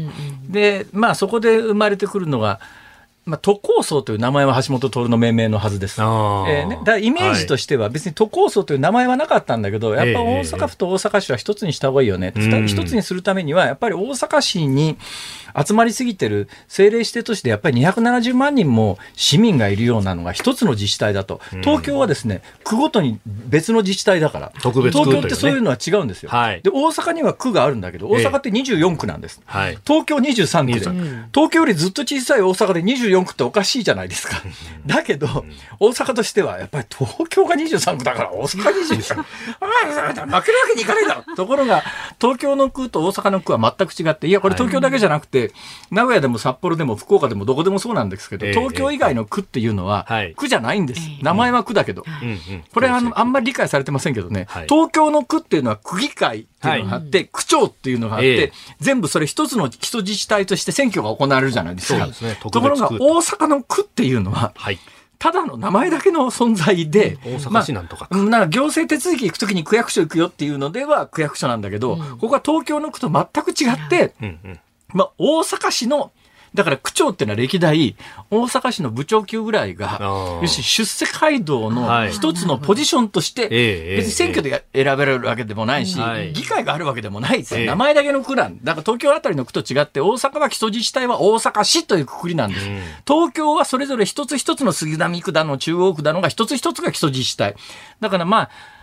でまあそこで生まれてくるのがまあ、都構想という名前は橋本徹の命名のはずです。えーね、だからイメージとしては別に都構想という名前はなかったんだけど、はい、やっぱ大阪府と大阪市は一つにした方がいいよね、えー、一つにするためにはやっぱり大阪市に集まりすぎてる政令指定都市でやっぱりにひゃくななじゅうまんにんも市民がいるようなのが一つの自治体だと、東京はですね区ごとに別の自治体だから特別区東京ってそういうのは違うんですよ、はい、で大阪には区があるんだけど大阪ってにじゅうよんくなんです、えーはい、東京にじゅうさんくで、うん、東京よりずっと小さい大阪でにじゅうよんくっておかしいじゃないですか。だけど大阪としてはやっぱり東京がにじゅうさんくだから大阪にじゅうさんく負けるわけにいかないだろところが東京の区と大阪の区は全く違って、いやこれ東京だけじゃなくて名古屋でも札幌でも福岡でもどこでもそうなんですけど、東京以外の区っていうのは区じゃないんです。名前は区だけど、これあのあんまり理解されてませんけどね、東京の区っていうのは区議会っていうのがあって、はい、区長っていうのがあって、えー、全部それ一つの基礎自治体として選挙が行われるじゃないですか。そうですね、ところが大阪の区っていうのは、はい、ただの名前だけの存在で、 大阪市なんとか、 まあ、なんか行政手続き行くときに区役所行くよっていうのでは区役所なんだけど、うん、ここは東京の区と全く違って、うんうん、まあ、大阪市のだから区長っていうのは歴代大阪市の部長級ぐらいが要するに出世街道の一つのポジションとして別に選挙で選べるわけでもないし議会があるわけでもないですよ。名前だけの区なんだから東京あたりの区と違って大阪は基礎自治体は大阪市というくくりなんです。東京はそれぞれ一つ一つの杉並区だの中央区だのが一つ一つが基礎自治体だからまあ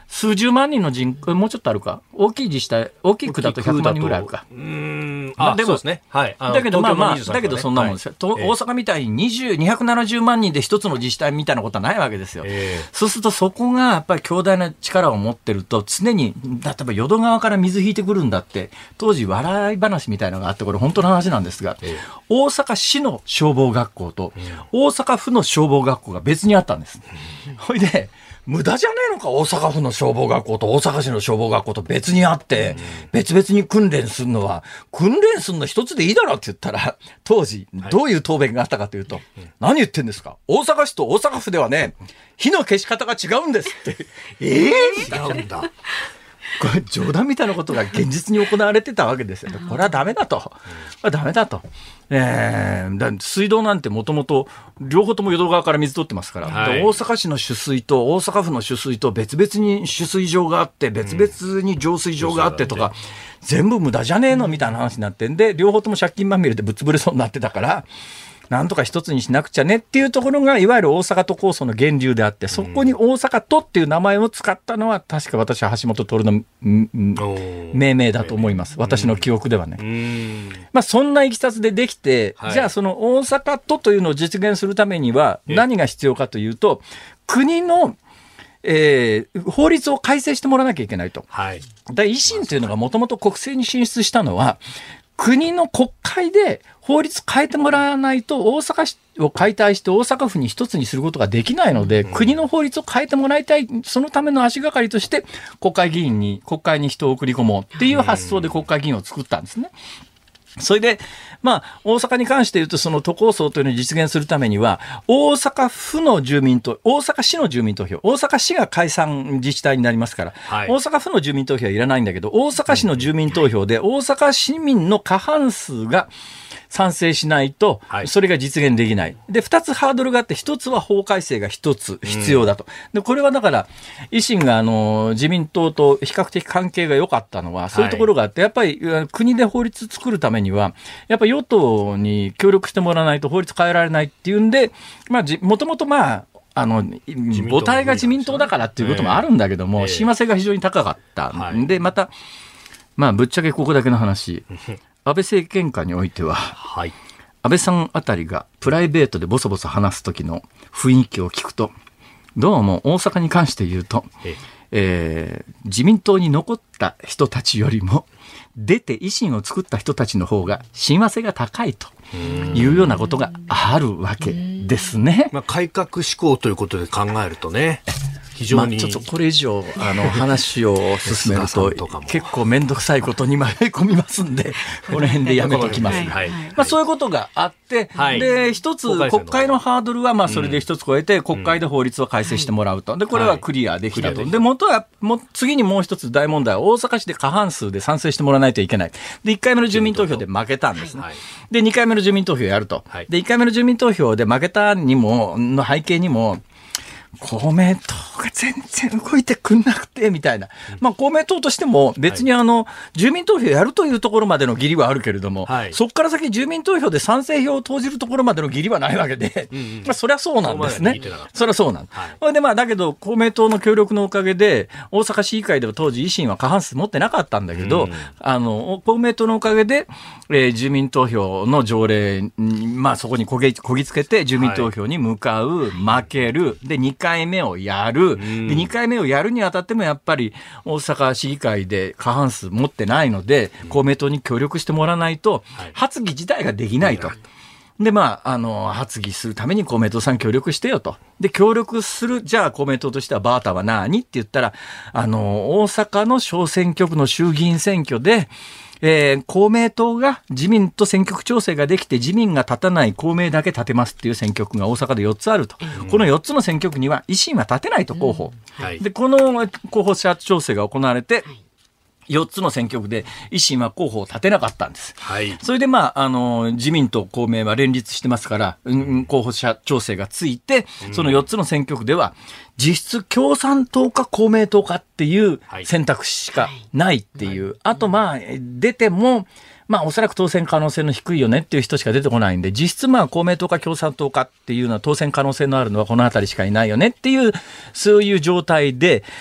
数十万人の人口、もうちょっとあるか、大きい自治体、大きい区だとひゃくまん人ぐらいあるか。 うーん、あ、でもですね。はい。 だけど、まあまあ、だけどそんなもんですよ。大阪みたいににじゅう、にひゃくななじゅうまん人で一つの自治体みたいなことはないわけですよ。そうするとそこがやっぱり強大な力を持ってると、常に、例えば淀川から水引いてくるんだって、当時笑い話みたいなのがあって、これ本当の話なんですが、大阪市の消防学校と大阪府の消防学校が別にあったんです。ほいで、無駄じゃねえのか、大阪府の消防学校と大阪市の消防学校と別にあって、別々に訓練するのは、訓練するの一つでいいだろって言ったら、当時、どういう答弁があったかというと、何言ってんですか、大阪市と大阪府ではね、火の消し方が違うんですって。ええー、違うんだ。これ冗談みたいなことが現実に行われてたわけですよ。これはダメだと。これはダメだと。えー、だ水道なんてもともと両方とも淀川から水取ってますから、はい、大阪市の取水と大阪府の取水と別々に取水場があって別々に浄水場があってとか、うん、全部無駄じゃねえのみたいな話になってんで、両方とも借金まみれでぶつぶれそうになってたから、なんとか一つにしなくちゃねっていうところがいわゆる大阪都構想の源流であって、そこに大阪都っていう名前を使ったのは確か私は橋本徹の命名だと思います。私の記憶ではね。まあそんないきさつでできて、はい、じゃあその大阪都というのを実現するためには何が必要かというと、国のえー、法律を改正してもらわなきゃいけないと。はい、だ維新というのがもともと国政に進出したのは、国の国会で法律変えてもらわないと大阪市を解体して大阪府に一つにすることができないので、うん、国の法律を変えてもらいたい、そのための足がかりとして国会議員に国会に人を送り込もうっていう発想で国会議員を作ったんですね。それで、まあ、大阪に関して言うと、その都構想というのを実現するためには、大阪府の住民と、大阪市の住民投票、大阪市が解散自治体になりますから、はい、大阪府の住民投票はいらないんだけど、大阪市の住民投票で、大阪市民の過半数が賛成しないと、それが実現できない。で、二つハードルがあって、一つは法改正が一つ必要だと。で、これはだから、維新があの、自民党と比較的関係が良かったのは、そういうところがあって、やっぱり国で法律作るためには、やっぱり与党に協力してもらわないと法律変えられないっていうんで、まあ、もともとまあ、あの、母体が自民党だからっていうこともあるんだけども、親和性が非常に高かったんで、また、まあ、ぶっちゃけここだけの話。安倍政権下においては、はい、安倍さんあたりがプライベートでボソボソ話す時の雰囲気を聞くと、どうも大阪に関して言うと、ええー、自民党に残った人たちよりも出て維新を作った人たちの方が親和性が高いというようなことがあるわけですね。 まあ、改革志向ということで考えるとね、非常に、 まあ、ちょっとこれ以上あの話を進めると結構面倒くさいことに迷い込みますんで、この辺でやめときますが、はいまあ、そういうことがあって、はい、で一つ国会のハードルはまあそれで一つ超えて、うん、国会で法律を改正してもらうと。でこれはクリアできたと。はい、で元はも次にもう一つ大問題は大阪市で過半数で賛成してもらわないといけない。でいっかいめの住民投票で負けたんですね。はい、でにかいめの住民投票やると。はい、でいっかいめの住民投票で負けたにもの背景にも公明党が全然動いてくんなくてみたいな、まあ、公明党としても別にあの、はい、住民投票やるというところまでの義理はあるけれども、はい、そこから先住民投票で賛成票を投じるところまでの義理はないわけで、うんうんまあ、そりゃそうなんですね。そりゃそうなん、はい、でまあ、だけど公明党の協力のおかげで大阪市議会では当時維新は過半数持ってなかったんだけど、うん、あの公明党のおかげで、えー、住民投票の条例に、まあ、そこにこぎ、こぎつけて住民投票に向かう、はい、負けるでにかいめをやる、でにかいめをやるにあたってもやっぱり大阪市議会で過半数持ってないので、公明党に協力してもらわないと発議自体ができないと。でまあ、あの発議するために公明党さん協力してよと。で協力する、じゃあ公明党としてはバータは何って言ったら、あの大阪の小選挙区の衆議院選挙でえー、公明党が自民と選挙区調整ができて自民が立たない公明だけ立てますっていう選挙区が大阪でよっつあると、うん、このよっつの選挙区には維新は立てないと候補、うんはい、でこの候補者調整が行われてよっつの選挙区で維新は候補を立てなかったんです。はい、それでまあ、あの、自民と公明は連立してますから、うん、候補者調整がついて、そのよっつの選挙区では、実質共産党か公明党かっていう選択肢しかないっていう。はい、あとまあ、出ても、まあおそらく当選可能性の低いよねっていう人しか出てこないんで、実質まあ公明党か共産党かっていうのは当選可能性のあるのはこのあたりしかいないよねっていう、そういう状態で、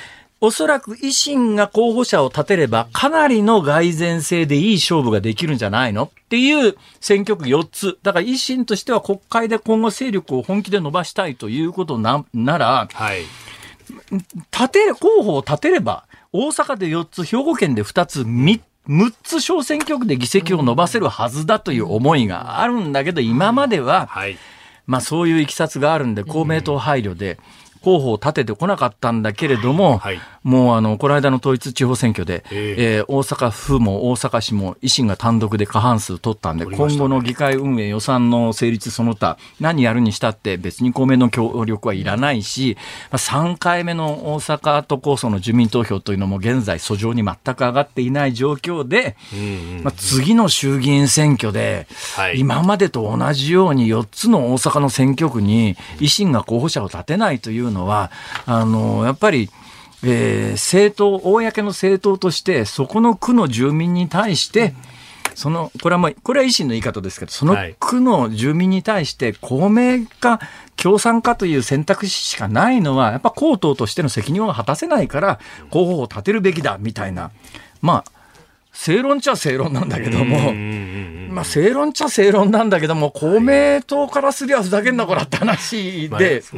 おそらく維新が候補者を立てればかなりの蓋然性でいい勝負ができるんじゃないのっていう選挙区よっつ。だから維新としては国会で今後勢力を本気で伸ばしたいということ な, なら、はい、立て候補を立てれば大阪でよっつ、兵庫県でふたつ、みっつむっつ小選挙区で議席を伸ばせるはずだという思いがあるんだけど、今までは、はい、まあそういういきさつがあるんで公明党配慮で候補を立ててこなかったんだけれども、はい、もうあのこの間の統一地方選挙で、えーえー、大阪府も大阪市も維新が単独で過半数取ったんで、ね、今後の議会運営予算の成立その他何やるにしたって別に公明の協力はいらないし、まあ、さんかいめの大阪都構想の住民投票というのも現在訴状に全く上がっていない状況で、うんうんうん、まあ、次の衆議院選挙で、はい、今までと同じようによっつの大阪の選挙区に維新が候補者を立てないというのはあのやっぱり、えー、政党公の政党としてそこの区の住民に対してそのこれはもうこれは維新の言い方ですけど、その区の住民に対して公明か共産かという選択肢しかないのはやっぱ公党としての責任を果たせないから候補を立てるべきだみたいな、まあ正論っちゃ正論なんだけども、まあ正論っちゃ正論なんだけども、公明党からすりゃふざけんなこらって話で、 うん、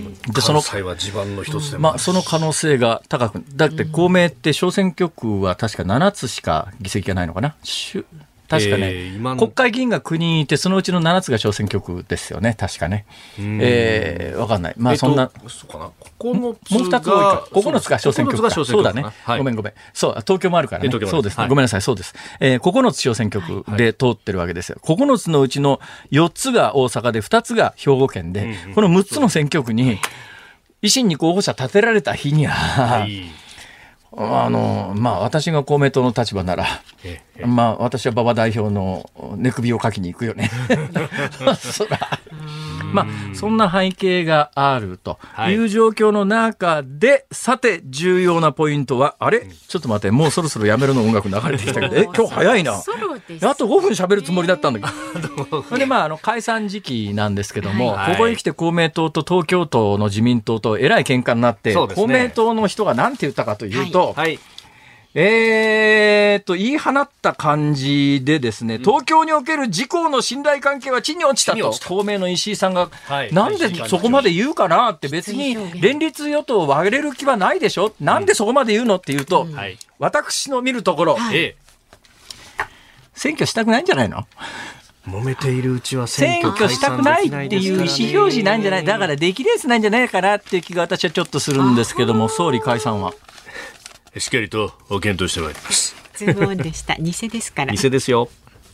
でその関西は地盤の一つでも、 まあその可能性が高く、だって公明って小選挙区は確かななつしか議席がないのかな。確かね、えー、国会議員がきゅうにんいてそのうちのななつが小選挙区ですよね、確かね。えー、分かんない。まあそんな、 えー、そうかな、ここのもうふたつ多いか、ここのつが小選挙区か。そうだね、はい、ごめんごめん。そう、東京もあるからね。そうですね、はい、ごめんなさい、そうです。えー、ここのつ小選挙区で通ってるわけですよ。ここのつのうちのよっつが大阪でふたつが兵庫県で、うんうん、このむっつの選挙区に維新に候補者立てられた日には、はい、あのまあ、私が公明党の立場なら、ええ、まあ、私は馬場代表の寝首をかきに行くよねそら、まあ、そんな背景があるという状況の中で、はい、さて重要なポイントはあれちょっと待って、もうそろそろやめるの音楽流れてきたけど、え今日早いな、あとごふん喋るつもりだったんだけどで、まあ、あの解散時期なんですけども、はい、ここへ来て公明党と東京都の自民党とえらい喧嘩になって、ね、公明党の人が何て言ったかというと、はいはい、えー、と言い放った感じでですね、東京における自公の信頼関係は地に落ちたと公明の石井さんが、はい、なんでそこまで言うかなって、別に連立与党を割れる気はないでしょ、なんでそこまで言うのって言うと、うん、私の見るところ、はい、選挙したくないんじゃないの。 揉めているうちは選挙選挙したくないっていう意思表示なんじゃない、だから出来レースなんじゃないかなっていう気が私はちょっとするんですけども、総理解散はしっかりと検討してまいります。 ズームオンでした。偽ですから。 偽ですよ。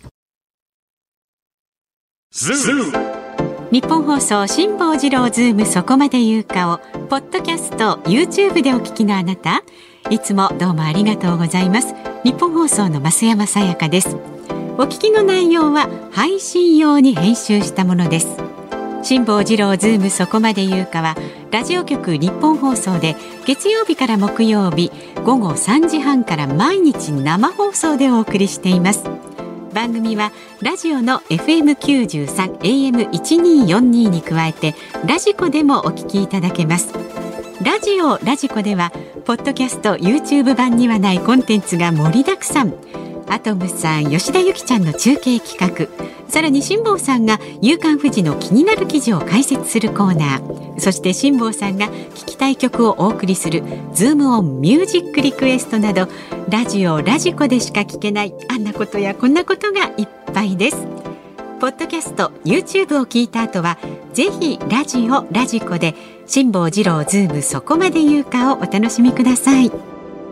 日本放送辛坊治郎ズームそこまで言うかをポッドキャスト YouTube でお聞きのあなた、いつもどうもありがとうございます。日本放送の増山さやかです。お聞きの内容は配信用に編集したものです。辛坊治郎ズームそこまで言うかはラジオ局日本放送で月曜日から木曜日午後さんじはんから毎日生放送でお送りしています。番組はラジオの エフエムきゅうじゅうさん エーエムせんにひゃくよんじゅうに に加えてラジコでもお聞きいただけます。ラジオラジコではポッドキャスト YouTube 版にはないコンテンツが盛りだくさん。アトムさん、吉田ゆきちゃんの中継企画、さらに辛坊さんが夕刊フジの気になる記事を解説するコーナー、そして辛坊さんが聞きたい曲をお送りするズームオンミュージックリクエストなど、ラジオラジコでしか聞けないあんなことやこんなことがいっぱいです。ポッドキャスト YouTube を聞いた後はぜひラジオラジコで辛坊治郎ズームそこまで言うかをお楽しみください。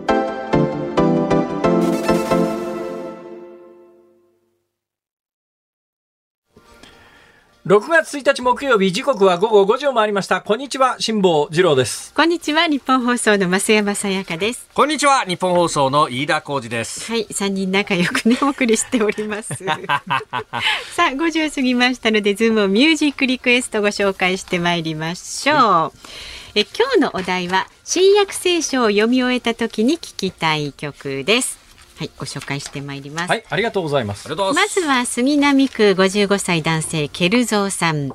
ろくがつついたち木曜日、時刻は午後ごじを回りました。こんにちは、辛坊治郎です。 こんにちは、日本放送の増山さやかです。 こんにちは、日本放送の飯田浩司です。 はい、さんにん仲良くねお送りしておりますさあ、ごじを過ぎましたのでズームミュージックリクエストご紹介してまいりましょう、はい、え今日のお題は新約聖書を読み終えた時に聴きたい曲です。はい、ご紹介してまいります。 はい、ありがとうございます。 まずは杉並区ごじゅうごさい男性ケルゾーさん。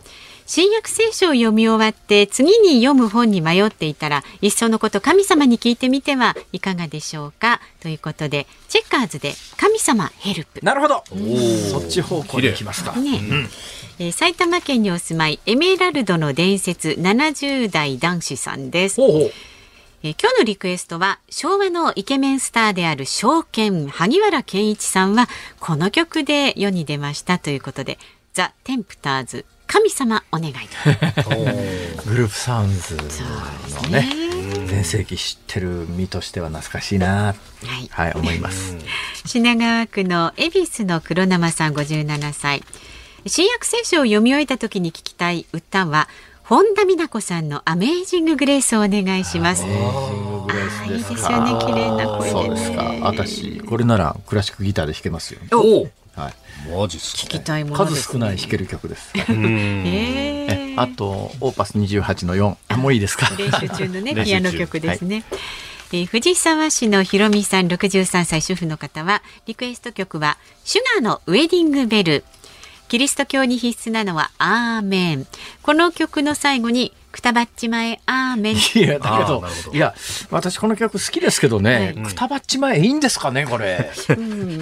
新約聖書を読み終わって次に読む本に迷っていたら、いっそのこと神様に聞いてみてはいかがでしょうかということで、チェッカーズで神様ヘルプ。 なるほど、そっち方向に行きますか、 ね、うんえー、埼玉県にお住まいエメラルドの伝説ななじゅう代男子さんです。 ほうほう、 えー、今日のリクエストは昭和のイケメンスターである証券萩原健一さんはこの曲で世に出ましたということで、ザ・テンプターズ神様お願いグループサウンズのね、全盛期知ってる身としては懐かしいな、はい、はい、思います。 品川区の恵比寿の黒生さんごじゅうななさい。新約聖書を読み終えた時に聞きたい歌は本田美奈子さんのアメージンググレースをお願いします。 アメージンググレースですか。 いいですよね、綺麗な声で、ね、 そうですか。私これならクラシックギターで弾けますよ。 お、 はい、 マジっすか。 聞きたいものですね。 数少ない弾ける曲です。 えー、 あとオーパスにじゅうはちのよん、もういいですか。 練習中のねピアノ曲ですね。はい、えー、藤沢市のひろみさんろくじゅうさんさい主婦の方はリクエスト曲はシュガーのウェディングベル。キリスト教に必須なのはアーメン。この曲の最後にくたばっちまえアーメン。 いやだけどいや私この曲好きですけどね、はい、くたばっちまえいいんですかねこれ。 うん、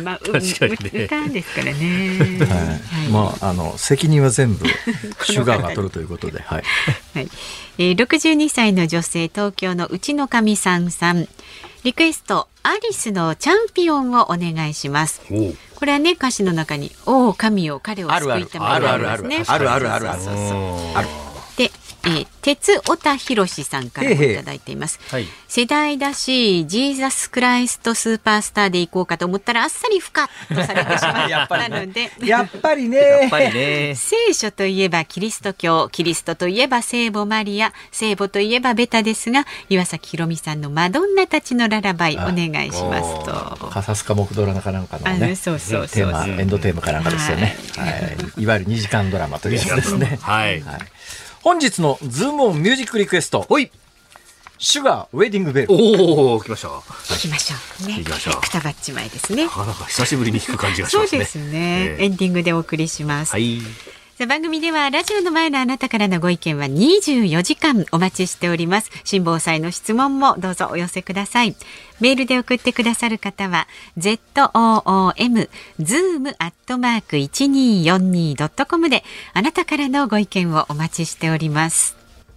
まあ、確かにね、歌ですからね。 はいはい、まああの責任は全部シュガーが取るということで、はい。 はい、えー、ろくじゅうにさいの女性、東京のうちのかみさんさん。リクエストアリスのチャンピオンをお願いします。これはね歌詞の中におお神よ彼を救いたまえるんですね。 あるあるあるあるある。 で、えー、鉄尾田博さんからもいただいています。へーへー、はい、世代だしジーザスクライストスーパースターでいこうかと思ったらあっさり不可とされてしまったのでやっぱりねやっぱりね聖書といえばキリスト教、キリストといえば聖母マリア、聖母といえばベタですが、岩崎宏美さんのマドンナたちのララバイお願いしますと。 カサスカ木ドラかなんかのねそうそうそうテーマ、エンドテーマかなんかですよね。はいはい、いわゆるにじかんドラマというやつですね。 はい、はい、 本日のズームオンミュージックリクエスト、ほい、シュガーウェディングベル。 おお、来ました。 聞きましょうね。 聞きましょう。 くたばっちまいですね。 なかなか久しぶりに聞く感じがしますね。 そうですね、えー、エンディングでお送りします。 はい。 番組ではラジオの前のあなたからのご意見はにじゅうよじかんお待ちしております。辛坊さんへの質問もどうぞお寄せください。メールで送ってくださる方は ズーム ズーム アットマーク いちにーよんにー ドットコム であなたからのご意見をお待ちしております。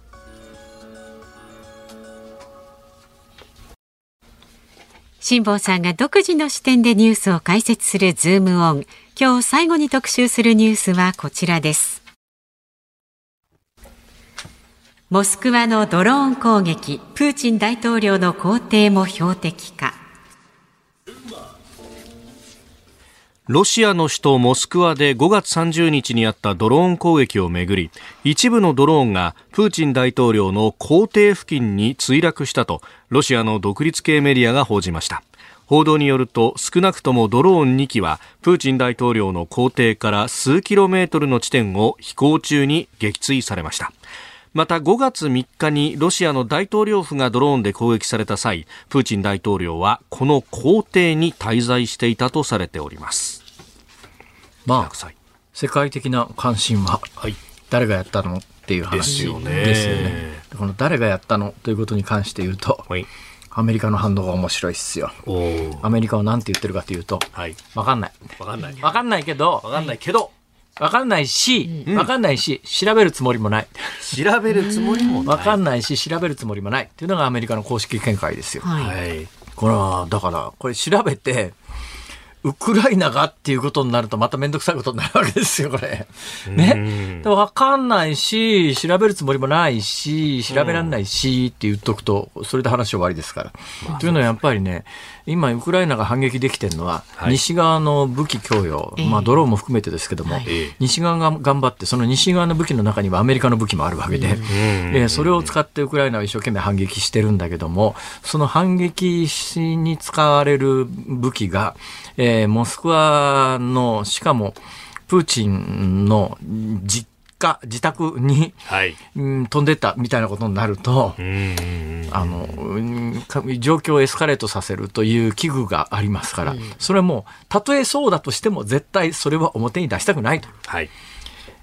辛坊さんが独自の視点でニュースを解説するズームオン。今日最後に特集するニュースはこちらです。モスクワのドローン攻撃、プーチン大統領の公邸も標的化。 ロシアの首都モスクワでごがつさんじゅうにちにあったドローン攻撃をめぐり、一部のドローンがプーチン大統領の公邸付近に墜落したとロシアの独立系メディアが報じました。報道によると少なくともドローンにきはプーチン大統領の公邸から数キロメートルの地点を飛行中に撃墜されました。またごがつみっかにロシアの大統領府がドローンで攻撃された際、プーチン大統領はこの公邸に滞在していたとされております。 まあ、世界的な関心は、はい、誰がやったのっていう話ですよね。ですよね。この誰がやったのということに関して言うと、はい、アメリカの反応が面白いっすよ。アメリカは何て言ってるかというと、はい、分かんない分かんない分かんないけど分かんないけど分かんないし、うん、分かんないし調べるつもりもない調べるつもりもない分かんないし調べるつもりもないっていうのがアメリカの公式見解ですよ。 はい、 これはだからこれ調べてウクライナがっていうことになるとまためんどくさいことになるわけですよこれね。で分かんないし調べるつもりもないし調べられないしって言っとくとそれで話終わりですから、まあ、というのはやっぱりね今ウクライナが反撃できてるのは、はい、西側の武器供与、まあ、ドローンも含めてですけども、はい、西側が頑張ってその西側の武器の中にはアメリカの武器もあるわけで、えー、それを使ってウクライナは一生懸命反撃してるんだけどもその反撃に使われる武器が、えー、モスクワのしかもプーチンの実家自宅に、はいうん、飛んでったみたいなことになるとうんあの状況をエスカレートさせるという危惧がありますからそれはもうたとえそうだとしても絶対それは表に出したくないと、はい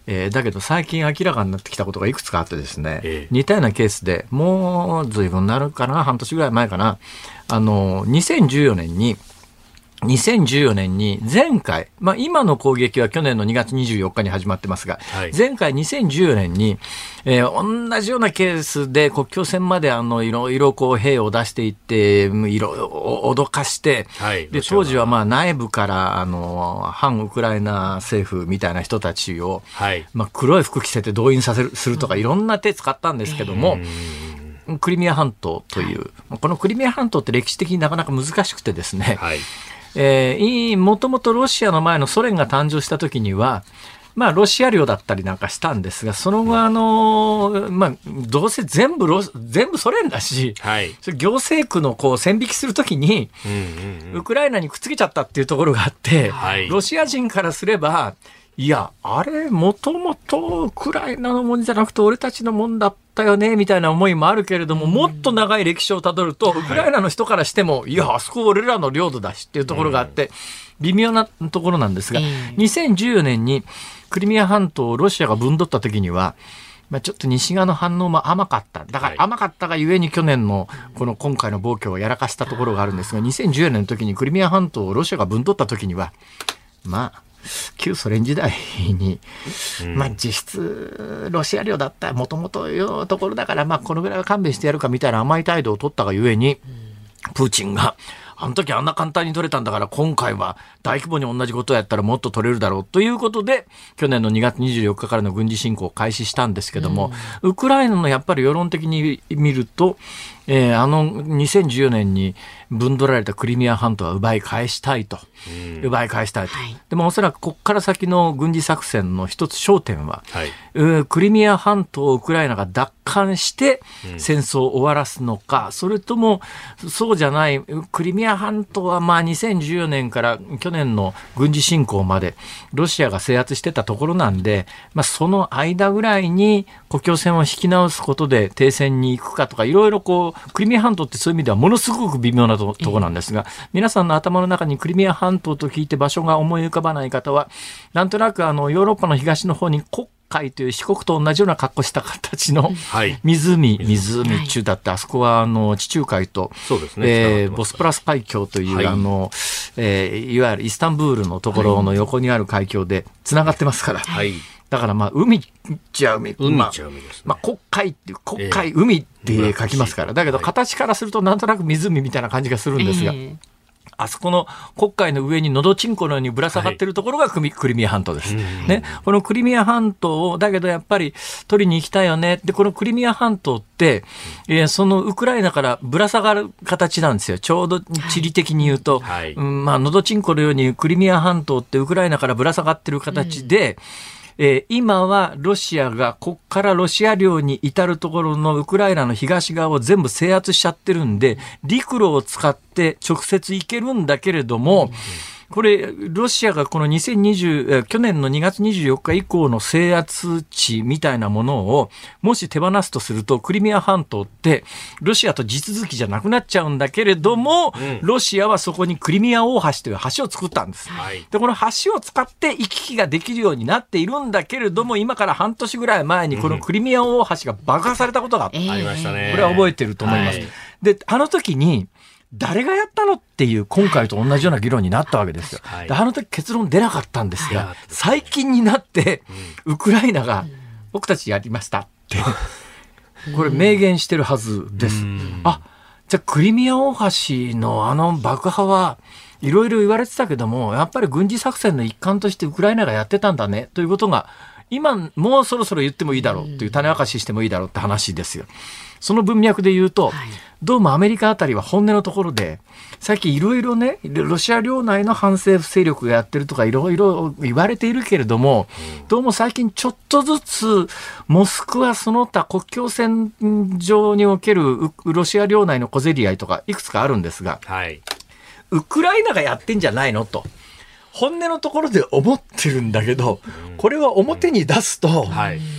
えー、だけど最近明らかになってきたことがいくつかあってですね、 ええ、 似たようなケースでもう随分なるかな、半年ぐらい前かな、あのにせんじゅうよねんににせんじゅうよねんに前回、まあ、今の攻撃は去年のにがつにじゅうよっかに始まってますが、はい、前回にせんじゅうよねんに、えー、同じようなケースで国境線まであのいろいろこう兵を出していっていろいろ脅かして、はい、で当時はまあ内部からあの反ウクライナ政府みたいな人たちを、はい、まあ、黒い服着せて動員させるするとかいろんな手使ったんですけども、クリミア半島という、このクリミア半島って歴史的になかなか難しくてですね、はい、えー、もともとロシアの前のソ連が誕生した時には、まあ、ロシア領だったりなんかしたんですが、その後、あの、まあ、どうせ全部ロ、全部ソ連だし、はい、それ行政区のこう線引きするときに、うんうんうん、ウクライナにくっつけちゃったっていうところがあって、はい、ロシア人からすれば、いや、あれ、もともとウクライナのもんじゃなくて俺たちのもんだったよね、みたいな思いもあるけれども、もっと長い歴史をたどると、ウクライナの人からしても、いや、あそこ俺らの領土だしっていうところがあって、微妙なところなんですが、にせんじゅうよねんにクリミア半島をロシアが分取った時には、まあ、ちょっと西側の反応も甘かった。だから甘かったがゆえに去年のこの今回の暴挙をやらかしたところがあるんですが、にせんじゅうよねんの時にクリミア半島をロシアが分取った時には、まあ、旧ソ連時代に、まあ、実質ロシア領だったもともというところだから、まあ、このぐらいは勘弁してやるかみたいな甘い態度を取ったがゆえに、プーチンがあの時あんな簡単に取れたんだから今回は大規模に同じことをやったらもっと取れるだろうということで、去年のにがつにじゅうよっかからの軍事侵攻を開始したんですけども、うん、ウクライナのやっぱり世論的に見ると、えー、あのにせんじゅうよねんに分取られたクリミア半島は奪い返したいと、うん、奪い返したいと、はい、でもおそらくここから先の軍事作戦の一つ焦点は、はい、クリミア半島をウクライナが奪還して戦争を終わらすのか、うん、それともそうじゃない、クリミア半島はまあにせんじゅうよねんから去年の軍事侵攻までロシアが制圧してたところなんで、まあ、その間ぐらいに国境線を引き直すことで停戦に行くかとか、いろいろこうクリミア半島ってそういう意味ではものすごく微妙な と, ところなんですが、皆さんの頭の中にクリミア半島と聞いて場所が思い浮かばない方は、なんとなくあのヨーロッパの東の方に黒海という四国と同じような格好した形の湖、はい、湖中だって、あそこはあの地中海と、そうですね、えー、ボスポラス海峡という、はい、あのえー、いわゆるイスタンブールのところの横にある海峡でつながってますから、はい、だからまあ海っちゃ海、 海っちゃ海ですね、 まあ、黒海っていう黒海、えー、海って書きますから、だけど形からするとなんとなく湖みたいな感じがするんですが、えーあそこの黒海の上にのどちんこのようにぶら下がっているところがクリミア半島です、ね、このクリミア半島をだけどやっぱり取りに行きたいよね。でこのクリミア半島って、えー、そのウクライナからぶら下がる形なんですよ。ちょうど地理的に言うと、はいうんまあ、のどちんこのようにクリミア半島ってウクライナからぶら下がっている形で、うんえー、今はロシアがこっからロシア領に至るところのウクライナの東側を全部制圧しちゃってるんで、陸路を使って直接行けるんだけれども、これロシアがこのにせんにじゅう去年のにがつにじゅうよっか以降の制圧地みたいなものをもし手放すとすると、クリミア半島ってロシアと地続きじゃなくなっちゃうんだけれども、うん、ロシアはそこにクリミア大橋という橋を作ったんです、はい、でこの橋を使って行き来ができるようになっているんだけれども、今から半年ぐらい前にこのクリミア大橋が爆破されたことがあった、うん、ありましたね。これは覚えてると思います、はい、であの時に誰がやったのっていう今回と同じような議論になったわけですよ、はい、であの時結論出なかったんですが、最近になって、うん、ウクライナが僕たちやりましたってこれ明言してるはずです。あ、じゃあクリミア大橋のあの爆破はいろいろ言われてたけども、やっぱり軍事作戦の一環としてウクライナがやってたんだねということが今もうそろそろ言ってもいいだろうという、種明かししてもいいだろうって話ですよ。その文脈で言うと、はい、どうもアメリカあたりは本音のところで、さっきいろいろね、ロシア領内の反政府勢力がやってるとかいろいろ言われているけれども、どうも最近ちょっとずつモスクワその他国境線上におけるロシア領内の小競り合いとかいくつかあるんですが、はい、ウクライナがやってんじゃないのと本音のところで思ってるんだけど、これは表に出すと、はい、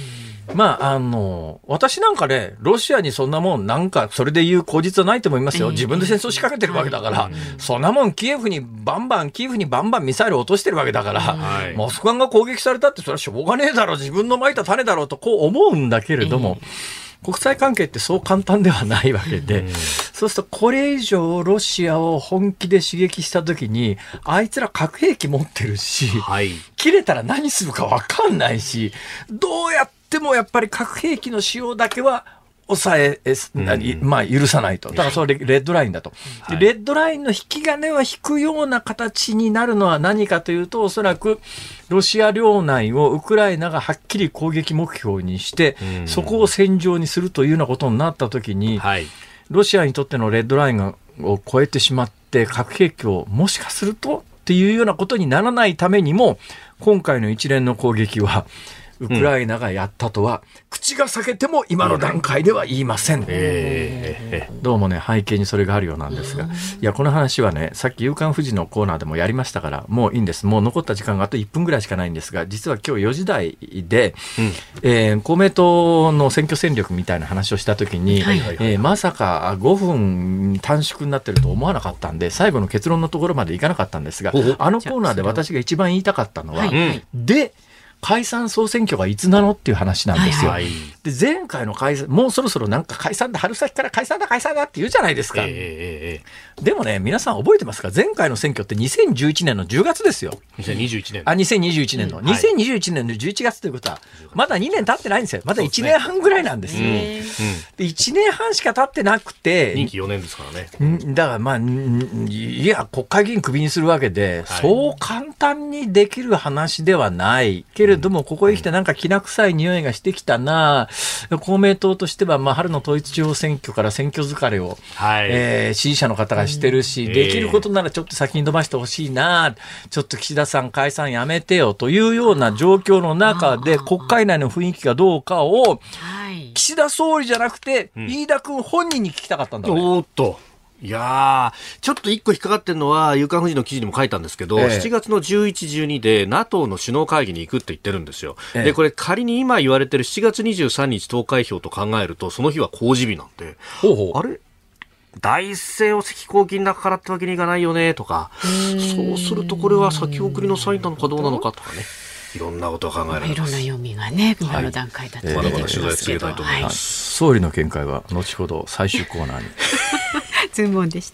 まあ、あの、私なんかね、ロシアにそんなもん、なんか、それで言う口実はないと思いますよ。自分で戦争仕掛けてるわけだから、そんなもん、キエフにバンバン、キエフにバンバンミサイル落としてるわけだから、モスクワが攻撃されたって、それはしょうがねえだろ、自分のまいた種だろうと、こう思うんだけれども、国際関係ってそう簡単ではないわけで、うん、そうするとこれ以上ロシアを本気で刺激したときに、あいつら核兵器持ってるし、はい、切れたら何するか分かんないし、どうやってもやっぱり核兵器の使用だけは抑え、うん、まあ許さないと。だからそれレッドラインだと。でレッドラインの引き金は引くような形になるのは何かというと、おそらくロシア領内をウクライナがはっきり攻撃目標にして、うん、そこを戦場にするというようなことになったときに、はい、ロシアにとってのレッドラインを超えてしまって核兵器をもしかするとっていうようなことにならないためにも、今回の一連の攻撃はウクライナがやったとは、うん、口が裂けても今の段階では言いません、えー、どうもね背景にそれがあるようなんですが、いやこの話はねさっき夕刊フジのコーナーでもやりましたから、もういいんです。もう残った時間があといっぷんぐらいしかないんですが、実は今日よじ台で、うんえー、公明党の選挙戦略みたいな話をしたときに、はいはいはいえー、まさかごふん短縮になってると思わなかったんで、最後の結論のところまでいかなかったんですが、あのコーナーで私が一番言いたかったのは、はいはい、で解散総選挙がいつなのっていう話なんですよ、はいはい、で前回の解散、もうそろそろなんか解散だ、春先から解散だ解散だって言うじゃないですか、えー、でもね皆さん覚えてますか、前回の選挙ってにせんじゅういちねんのじゅうがつですよ。 にせんにじゅういちねんあにせんにじゅういちねんの、うん、にせんにじゅういちねんのじゅういちがつということはまだにねん経ってないんですよ。まだいちねんはんぐらいなんですよ、ねうんうん、でいちねんはんしか経ってなくて任期よねんですからね。 だからまあいや国会議員クビにするわけで、はい、そう簡単にできる話ではないけれども、うん、ここへ来てなんかきな臭い匂いがしてきたな。公明党としては、まあ、春の統一地方選挙から選挙疲れを、はいえー、支持者の方がしてるし、うん、できることならちょっと先に伸ばしてほしいな、ちょっと岸田さん解散やめてよというような状況の中で国会内の雰囲気がどうかを岸田総理じゃなくて、うん、飯田君本人に聞きたかったんだね。 おーっといやーちょっと一個引っかかってるのは夕刊フジの記事にも書いたんですけど、ええ、しちがつのじゅういち、じゅうにで NATO の首脳会議に行くって言ってるんですよ、ええ、でこれ仮に今言われてるしちがつにじゅうさんにち投開票と考えるとその日は公示日なんで、ほうほうあれ第一声を飛行機の中からってわけにいかないよねとか、そうするとこれは先送りのサインなのかどうなのかとかね、いろんなことが考えられます。 いろんな読みがね今の段階だと出てきますけど、まだまだ取材続けたいと思います、 はい、総理の見解は後ほど最終コーナーにズームオンでした。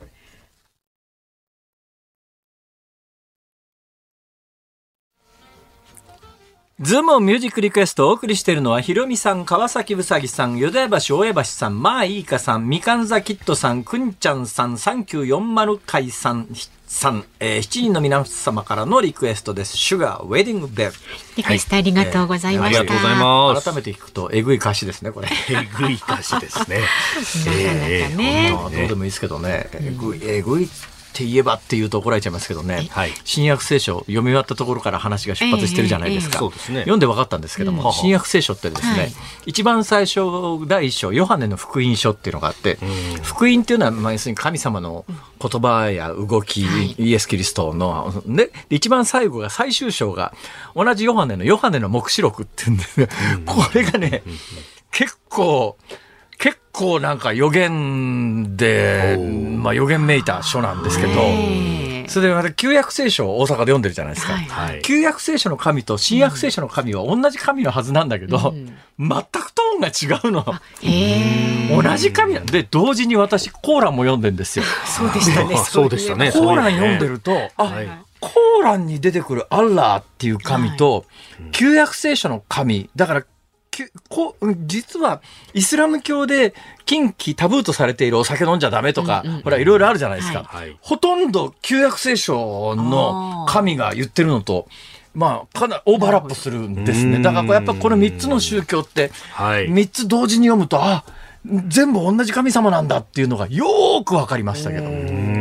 ズームオンミュージックリクエストをお送りしているのはひろみさん、川崎うさぎさん、よだや橋大江橋さん、まあいいかさん、みかんざキットさん、くんちゃんさん、さんきゅうよんまる会さんさん、えー、しちにんの皆様からのリクエストです。シュガーウェディングベル。 リクエストありがとうございました、 はいえー、ありがとうございます。 改めて聞くとえぐい歌詞ですねこれ。 えぐい歌詞ですね。 なかなかね、 えー、まあ、どうでもいいですけどね、えぐいえぐいって言えばっていうと怒られちゃいますけどね、はい、新約聖書読み終わったところから話が出発してるじゃないですか、えーえーそうですね、読んで分かったんですけども、うん、新約聖書ってですね、はい、一番最初だいいっ章ヨハネの福音書っていうのがあって、うん、福音っていうのは、まあ、要するに神様の言葉や動き、はい、イエス・キリストの、ね、一番最後が最終章が同じヨハネのヨハネの黙示録っていうんですが、うん、これがね、うん、結構結構なんか予言で、まあ、予言めいた書なんですけど、それでまた旧約聖書を大阪で読んでるじゃないですか、はい、旧約聖書の神と新約聖書の神は同じ神のはずなんだけど、うん、全くトーンが違うの。へ同じ神なんで、同時に私コーランも読んでるんですよ。 そうでしたね。 そうでしたね。 コーラン読んでると、あ、はい、コーランに出てくるアッラーっていう神と、はい、旧約聖書の神だからこ実はイスラム教で禁忌タブーとされているお酒飲んじゃダメとか、うんうんうん、ほらいろいろあるじゃないですか、はい、ほとんど旧約聖書の神が言ってるのとまあかなりオーバーラップするんですね。だからやっぱこのみっつの宗教ってみっつ同時に読むとあ全部同じ神様なんだっていうのがよーくわかりましたけど、うーん、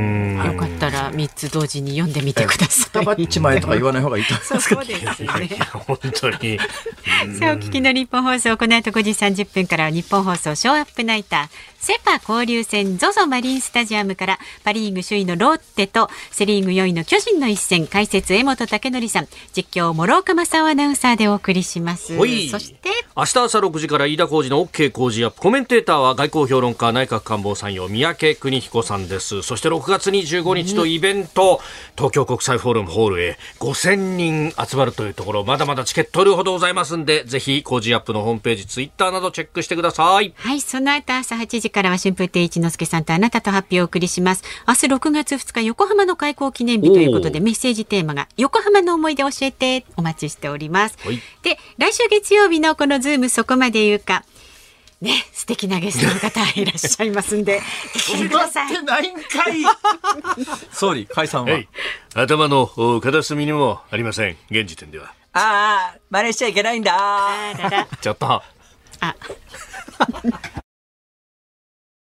よかったらみっつ同時に読んでみてください。 双葉いちまいとか言わない方がいいと思いますけど。 そうですね。 本当に。 さあ、お聞きの日本放送、この後ごじさんじゅっぷんからは日本放送ショーアップナイターセパ交流戦 ゾゾ マリンスタジアムからパリーグ首位のロッテとセリーグよんいの巨人の一戦、解説江本武則さん、実況諸岡正夫アナウンサーでお送りします。そして明日朝ろくじから飯田浩司の OK 工事アップ、コメンテーターは外交評論家内閣官房参与三宅邦彦さんです。そしてろくがつにじゅうごにちのイベント、東京国際フォーラムホールへごせんにん集まるというところ、まだまだチケット取るほどございますんで、ぜひ工事アップのホームページ、ツイッターなどチェックしてください。 はい、その後朝はちじからは春風亭一之輔さんとあなたと発表をお送りします。明日ろくがつふつか横浜の開港記念日ということで、メッセージテーマが横浜の思い出教えて、お待ちしております。で、来週月曜日のこのズームそこまで言うかね、素敵なゲストの方いらっしゃいますんで決まってないんかい総理解散は、はい、 頭の片隅にもありません。現時点ではああ真似しちゃいけないんだあららちょっとあ